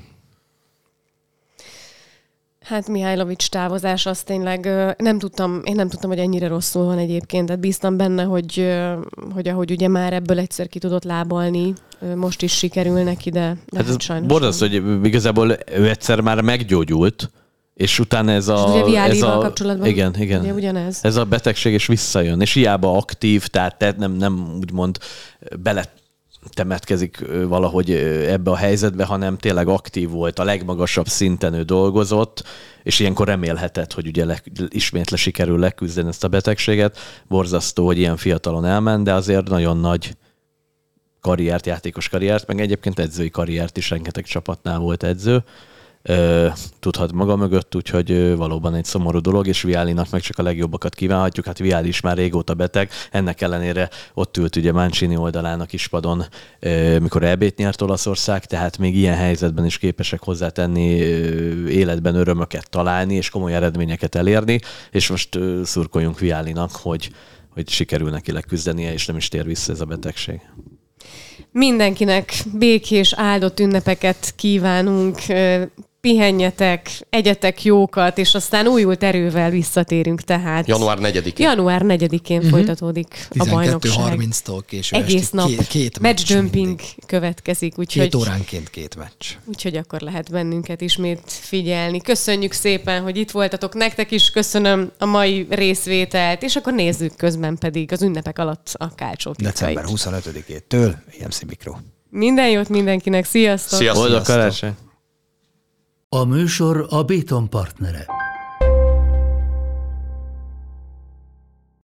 [SPEAKER 4] Hát Mihajlovics távozás, azt tényleg nem tudtam, én nem tudtam, hogy ennyire rosszul van egyébként, tehát bíztam benne, hogy, hogy ahogy ugye már ebből egyszer ki tudott lábalni, most is sikerül neki, de, de hát
[SPEAKER 6] hát
[SPEAKER 4] sajnos.
[SPEAKER 6] Bordasz, hogy igazából ő egyszer már meggyógyult, és utána ez a...
[SPEAKER 4] Ugye
[SPEAKER 6] ez a
[SPEAKER 4] kapcsolatban
[SPEAKER 6] igen, igen.
[SPEAKER 4] Ugye ugyanez.
[SPEAKER 6] Ez a betegség és visszajön, és hiába aktív, tehát nem, nem úgymond bele temetkezik valahogy ebbe a helyzetbe, hanem tényleg aktív volt, a legmagasabb szinten ő dolgozott, és ilyenkor remélhetett, hogy ugye le, ismét le sikerül leküzdeni ezt a betegséget. Borzasztó, hogy ilyen fiatalon elment, de azért nagyon nagy karriert, játékos karriert, meg egyébként edzői karriert is, rengeteg csapatnál volt edző. Tudhat maga mögött, úgyhogy valóban egy szomorú dolog, és Viallinak meg csak a legjobbakat kívánhatjuk. Hát Vialli is már régóta beteg, ennek ellenére ott ült ugye Mancini oldalán a kispadon, mikor é bét nyert Olaszország, tehát még ilyen helyzetben is képesek hozzátenni, életben örömöket találni, és komoly eredményeket elérni, és most szurkoljunk Viallinak, hogy, hogy sikerül neki leküzdenie, és nem is tér vissza ez a betegség.
[SPEAKER 4] Mindenkinek békés, áldott ünnepeket kívánunk, pihenjetek, egyetek jókat, és aztán újult erővel visszatérünk tehát.
[SPEAKER 7] január negyedikén.
[SPEAKER 4] január negyedikén uh-huh. folytatódik a bajnokság.
[SPEAKER 5] tizenkettő harminctól késő
[SPEAKER 4] egész
[SPEAKER 5] esti.
[SPEAKER 4] nap
[SPEAKER 5] Két, két
[SPEAKER 4] matchdömping következik. Úgyhogy,
[SPEAKER 5] két óránként két meccs.
[SPEAKER 4] Úgyhogy akkor lehet bennünket ismét figyelni. Köszönjük szépen, hogy itt voltatok. Nektek is köszönöm a mai részvételt, és akkor nézzük közben pedig az ünnepek alatt a Calcio titkait.
[SPEAKER 5] december huszonötödikétől é em cé Mikro.
[SPEAKER 4] Minden jót mindenkinek. Sziasztok!
[SPEAKER 7] Sziasztok!
[SPEAKER 6] Boldog karácsony!
[SPEAKER 1] A műsor a Béton partnere.